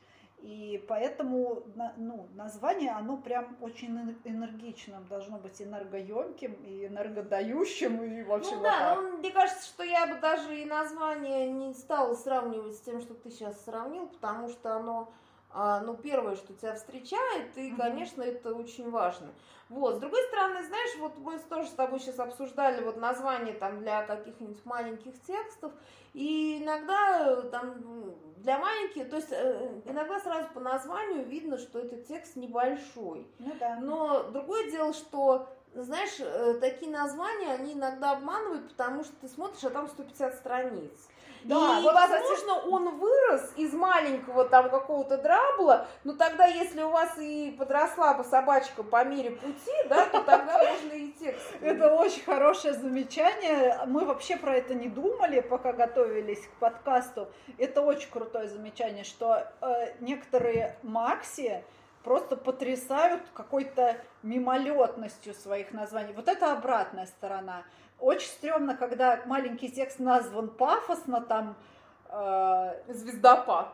И поэтому, ну, название, оно прям очень энергичным, должно быть энергоемким и энергодающим, и вообще ну вот да, так. Ну, мне кажется, что я бы даже и название не стала сравнивать с тем, что ты сейчас сравнил, потому что оно, ну, первое, что тебя встречает, и, конечно, это очень важно. Вот, с другой стороны, знаешь, вот мы тоже с тобой сейчас обсуждали вот название там для каких-нибудь маленьких текстов, и иногда там для маленьких, то есть иногда сразу по названию видно, что этот текст небольшой. Ну да. Но другое дело, что, знаешь, такие названия, они иногда обманывают, потому что ты смотришь, а там 150 страниц. Да, и, вот, возможно, кстати, он вырос из маленького там какого-то драбла, но тогда, если у вас и подросла бы собачка по мере пути, да, то тогда можно и текст. Это очень хорошее замечание. Мы вообще про это не думали, пока готовились к подкасту. Это очень крутое замечание, что некоторые макси просто потрясают какой-то мимолетностью своих названий. Вот это обратная сторона. Очень стрёмно, когда маленький текст назван пафосно, там... Звездопад.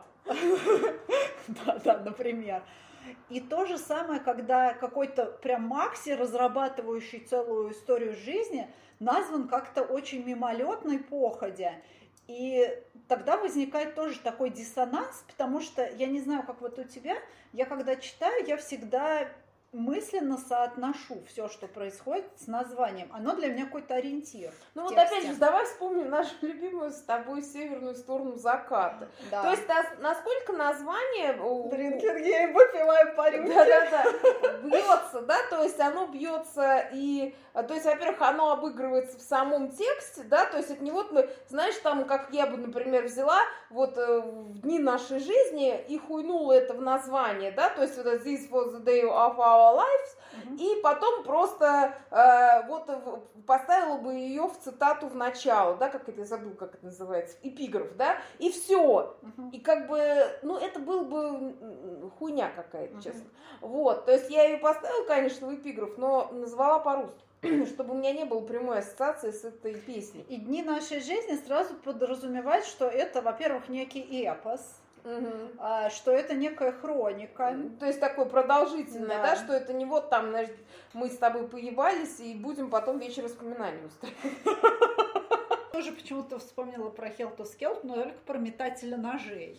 Да, например. И то же самое, когда какой-то прям макси, разрабатывающий целую историю жизни, назван как-то очень мимолетной походя. И тогда возникает тоже такой диссонанс, потому что, я не знаю, как вот у тебя, я когда читаю, я всегда мысленно соотношу все, что происходит с названием. Оно для меня какой-то ориентир. Ну вот опять же, давай вспомним нашу любимую с тобой северную сторону заката. Да. То есть насколько название... Дринкингейм, выпиваем по рюмке. Да, бьется, да, то есть оно бьется и... То есть, во-первых, оно обыгрывается в самом тексте, да, то есть от него, знаешь, там, как я бы, например, взяла вот в дни нашей жизни и хуйнула это в название, да, то есть вот this was the day of our lives, и потом просто вот поставила бы ее в цитату в начало, да, как это, я забыла, как это называется, эпиграф, да, и все. И как бы, ну, это был бы хуйня какая-то, честно. Вот, то есть я ее поставила, конечно, в эпиграф, но назвала по-русски, чтобы у меня не было прямой ассоциации с этой песней. И дни нашей жизни сразу подразумевают, что это, во-первых, некий эпос. что это некая хроника. То есть такое продолжительное, да, что это не вот там, значит, мы с тобой поебались и будем потом вечер воспоминаний устраивать. Тоже почему-то вспомнила про Хелту Скелт, но только про метателя ножей.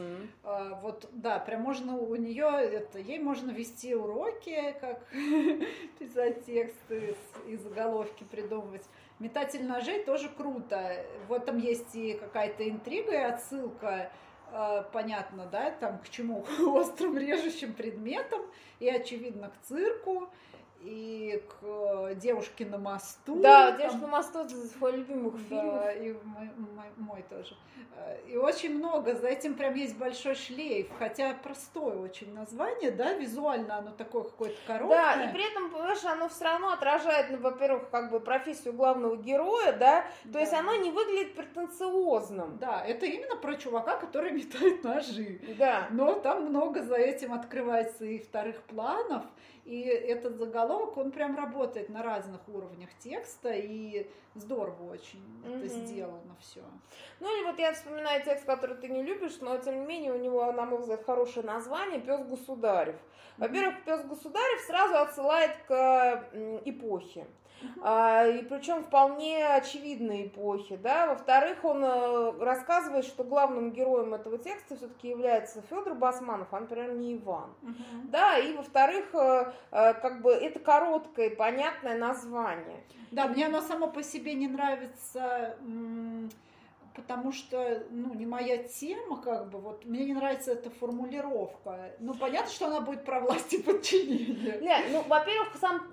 Вот, да, прям можно у нее, ей можно вести уроки, как писать тексты и заголовки придумывать. Метатель ножей тоже круто. В этом есть и какая-то интрига, и отсылка, понятно, да, там к чему? К острым режущим предметам, и, очевидно, к цирку. И к девушке на мосту. Да, девушка на мосту — это из своих любимых фильмов. Да, и мой тоже. И очень много, за этим прям есть большой шлейф, хотя простое очень название, да, визуально оно такое какое-то короткое. Да, и при этом, понимаешь, оно все равно отражает, ну, во-первых, как бы профессию главного героя, да, то есть оно не выглядит претенциозным. Да, это именно про чувака, который метает ножи. Да. Но там много за этим открывается и вторых планов, и этот заголовок, он прям работает на разных уровнях текста, и здорово очень это сделано все. Ну и вот я вспоминаю текст, который ты не любишь, но тем не менее у него, на мой взгляд, хорошее название — «Пес Государев». Во-первых, «Пес Государев» сразу отсылает к эпохе. И причем вполне очевидной эпохи, да. Во-вторых, он рассказывает, что главным героем этого текста все-таки является Федор Басманов, а, например, не Иван. Да, и во-вторых, как бы это короткое, понятное название. Да, мне оно само по себе не нравится, потому что, ну, не моя тема, как бы, вот, мне не нравится эта формулировка. Ну, понятно, что она будет про власть и подчинение. Нет, ну, во-первых,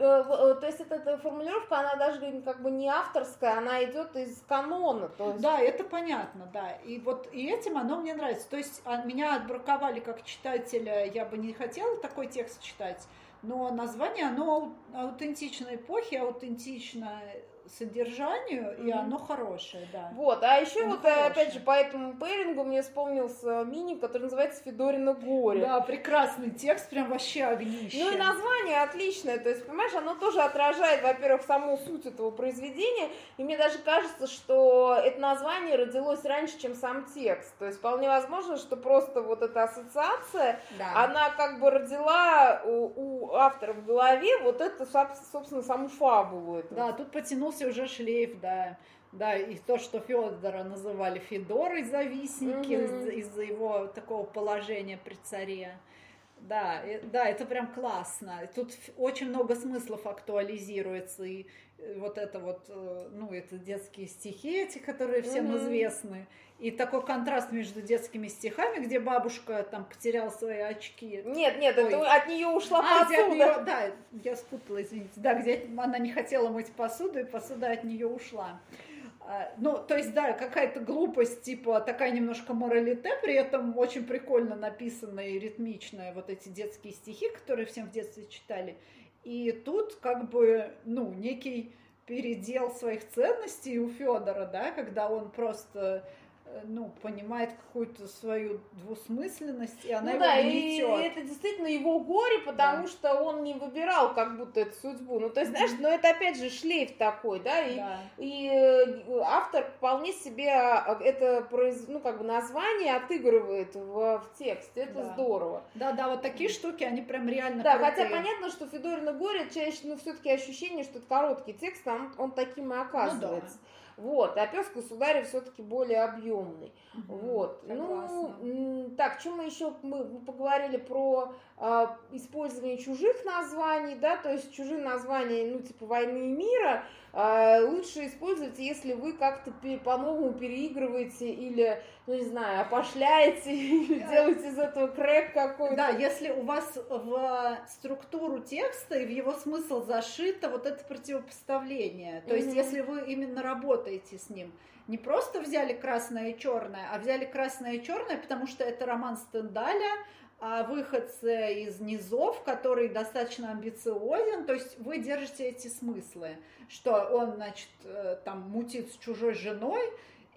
то есть эта формулировка, она даже как бы не авторская, она идет из канона. То есть... Да, это понятно, да. И вот и этим оно мне нравится. То есть меня отбраковали как читателя, я бы не хотела такой текст читать, но название, оно аутентично эпохи, аутентично содержанию, и оно хорошее, да. Вот, а еще оно вот, хорошее. Опять же, по этому пэрингу мне вспомнился мини, который называется «Федорино горе». Да, прекрасный текст, прям вообще огнище. Ну и название отличное, то есть, понимаешь, оно тоже отражает, во-первых, саму суть этого произведения, и мне даже кажется, что это название родилось раньше, чем сам текст, то есть вполне возможно, что просто вот эта ассоциация, она как бы родила у автора в голове вот это, собственно, саму фабулу этого. Да, тут потянулся уже шлейф, да. Да, и то, что Федора называли Федорой завистники из-за его такого положения при царе. Да, это прям классно. Тут очень много смыслов актуализируется, и вот это вот, ну, это детские стихи эти, которые всем известны, и такой контраст между детскими стихами, где бабушка там потеряла свои очки. Нет, это от нее ушла посуда. Да, я спутала, извините. Да, где она не хотела мыть посуду, и посуда от нее ушла. Ну, то есть, да, какая-то глупость, типа, такая немножко моралите, при этом очень прикольно написанная и ритмичная, вот эти детские стихи, которые всем в детстве читали. И тут, как бы, ну, некий передел своих ценностей у Федора, да, когда он просто... ну, понимает какую-то свою двусмысленность, и она его гнетет. И это действительно его горе, потому что он не выбирал как будто эту судьбу. Ну, то есть, знаешь, но это опять же шлейф такой, да, и автор вполне себе это, ну, как бы название отыгрывает в тексте, это здорово. Да, вот такие штуки, они прям реально крутые. Хотя понятно, что Федорино горе чаще, ну, все-таки ощущение, что это короткий текст, он таким и оказывается. Ну, да. Вот, а «Пес Государев» все-таки более объемный. Вот. Согласна. Ну, так, что мы еще поговорили про использование чужих названий, да, то есть чужие названия, ну, типа «Войны и мира», лучше использовать, если вы как-то по-новому переигрываете или, ну, не знаю, опошляете, или делаете из этого крэк какой-то. Да, если у вас в структуру текста и в его смысл зашито вот это противопоставление, то есть если вы именно работаете с ним, не просто взяли красное и черное, а взяли красное и черное, потому что это роман Стендаля, о выходце из низов, который достаточно амбициозен, то есть вы держите эти смыслы, что он, значит, там мутит с чужой женой,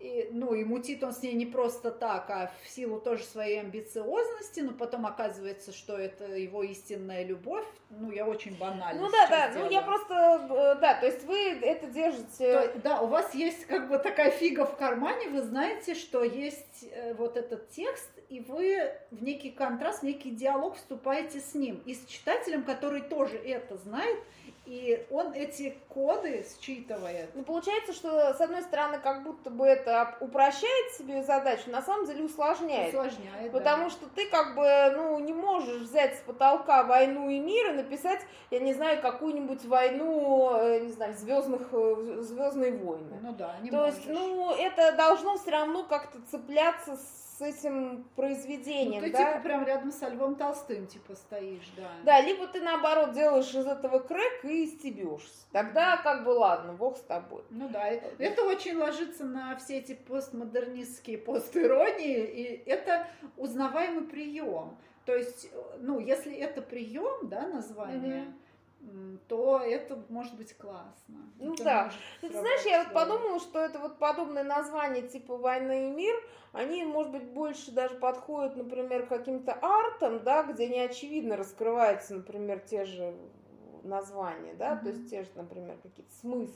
И мутит он с ней не просто так, а в силу тоже своей амбициозности, но потом оказывается, что это его истинная любовь. Я очень банально я просто, то есть вы это держите... У вас есть как бы такая фига в кармане, вы знаете, что есть вот этот текст, и вы в некий контраст, в некий диалог вступаете с ним, и с читателем, который тоже это знает, и он эти коды считывает. Получается, что с одной стороны, как будто бы это упрощает себе задачу, на самом деле усложняет. Потому что ты как бы, не можешь взять с потолка «Войну и мир» и написать, я не знаю, какую-нибудь войну, не знаю, «Звездные войны». Не То можешь. есть, это должно все равно как-то цепляться с этим произведением, ты типа прям рядом со Львом Толстым стоишь, да. Да, либо ты наоборот делаешь из этого крэк и стебешься. Тогда как бы ладно, бог с тобой. Это очень ложится на все эти постмодернистские постиронии, и это узнаваемый прием. То есть, если это прием, да, название, то это может быть классно. Ты знаешь, я подумала, что это подобные названия типа «Война и мир», они, может быть, больше даже подходят, например, к каким-то артам, да, где не очевидно раскрываются, например, те же названия, да, то есть те же, например, какие-то смыслы.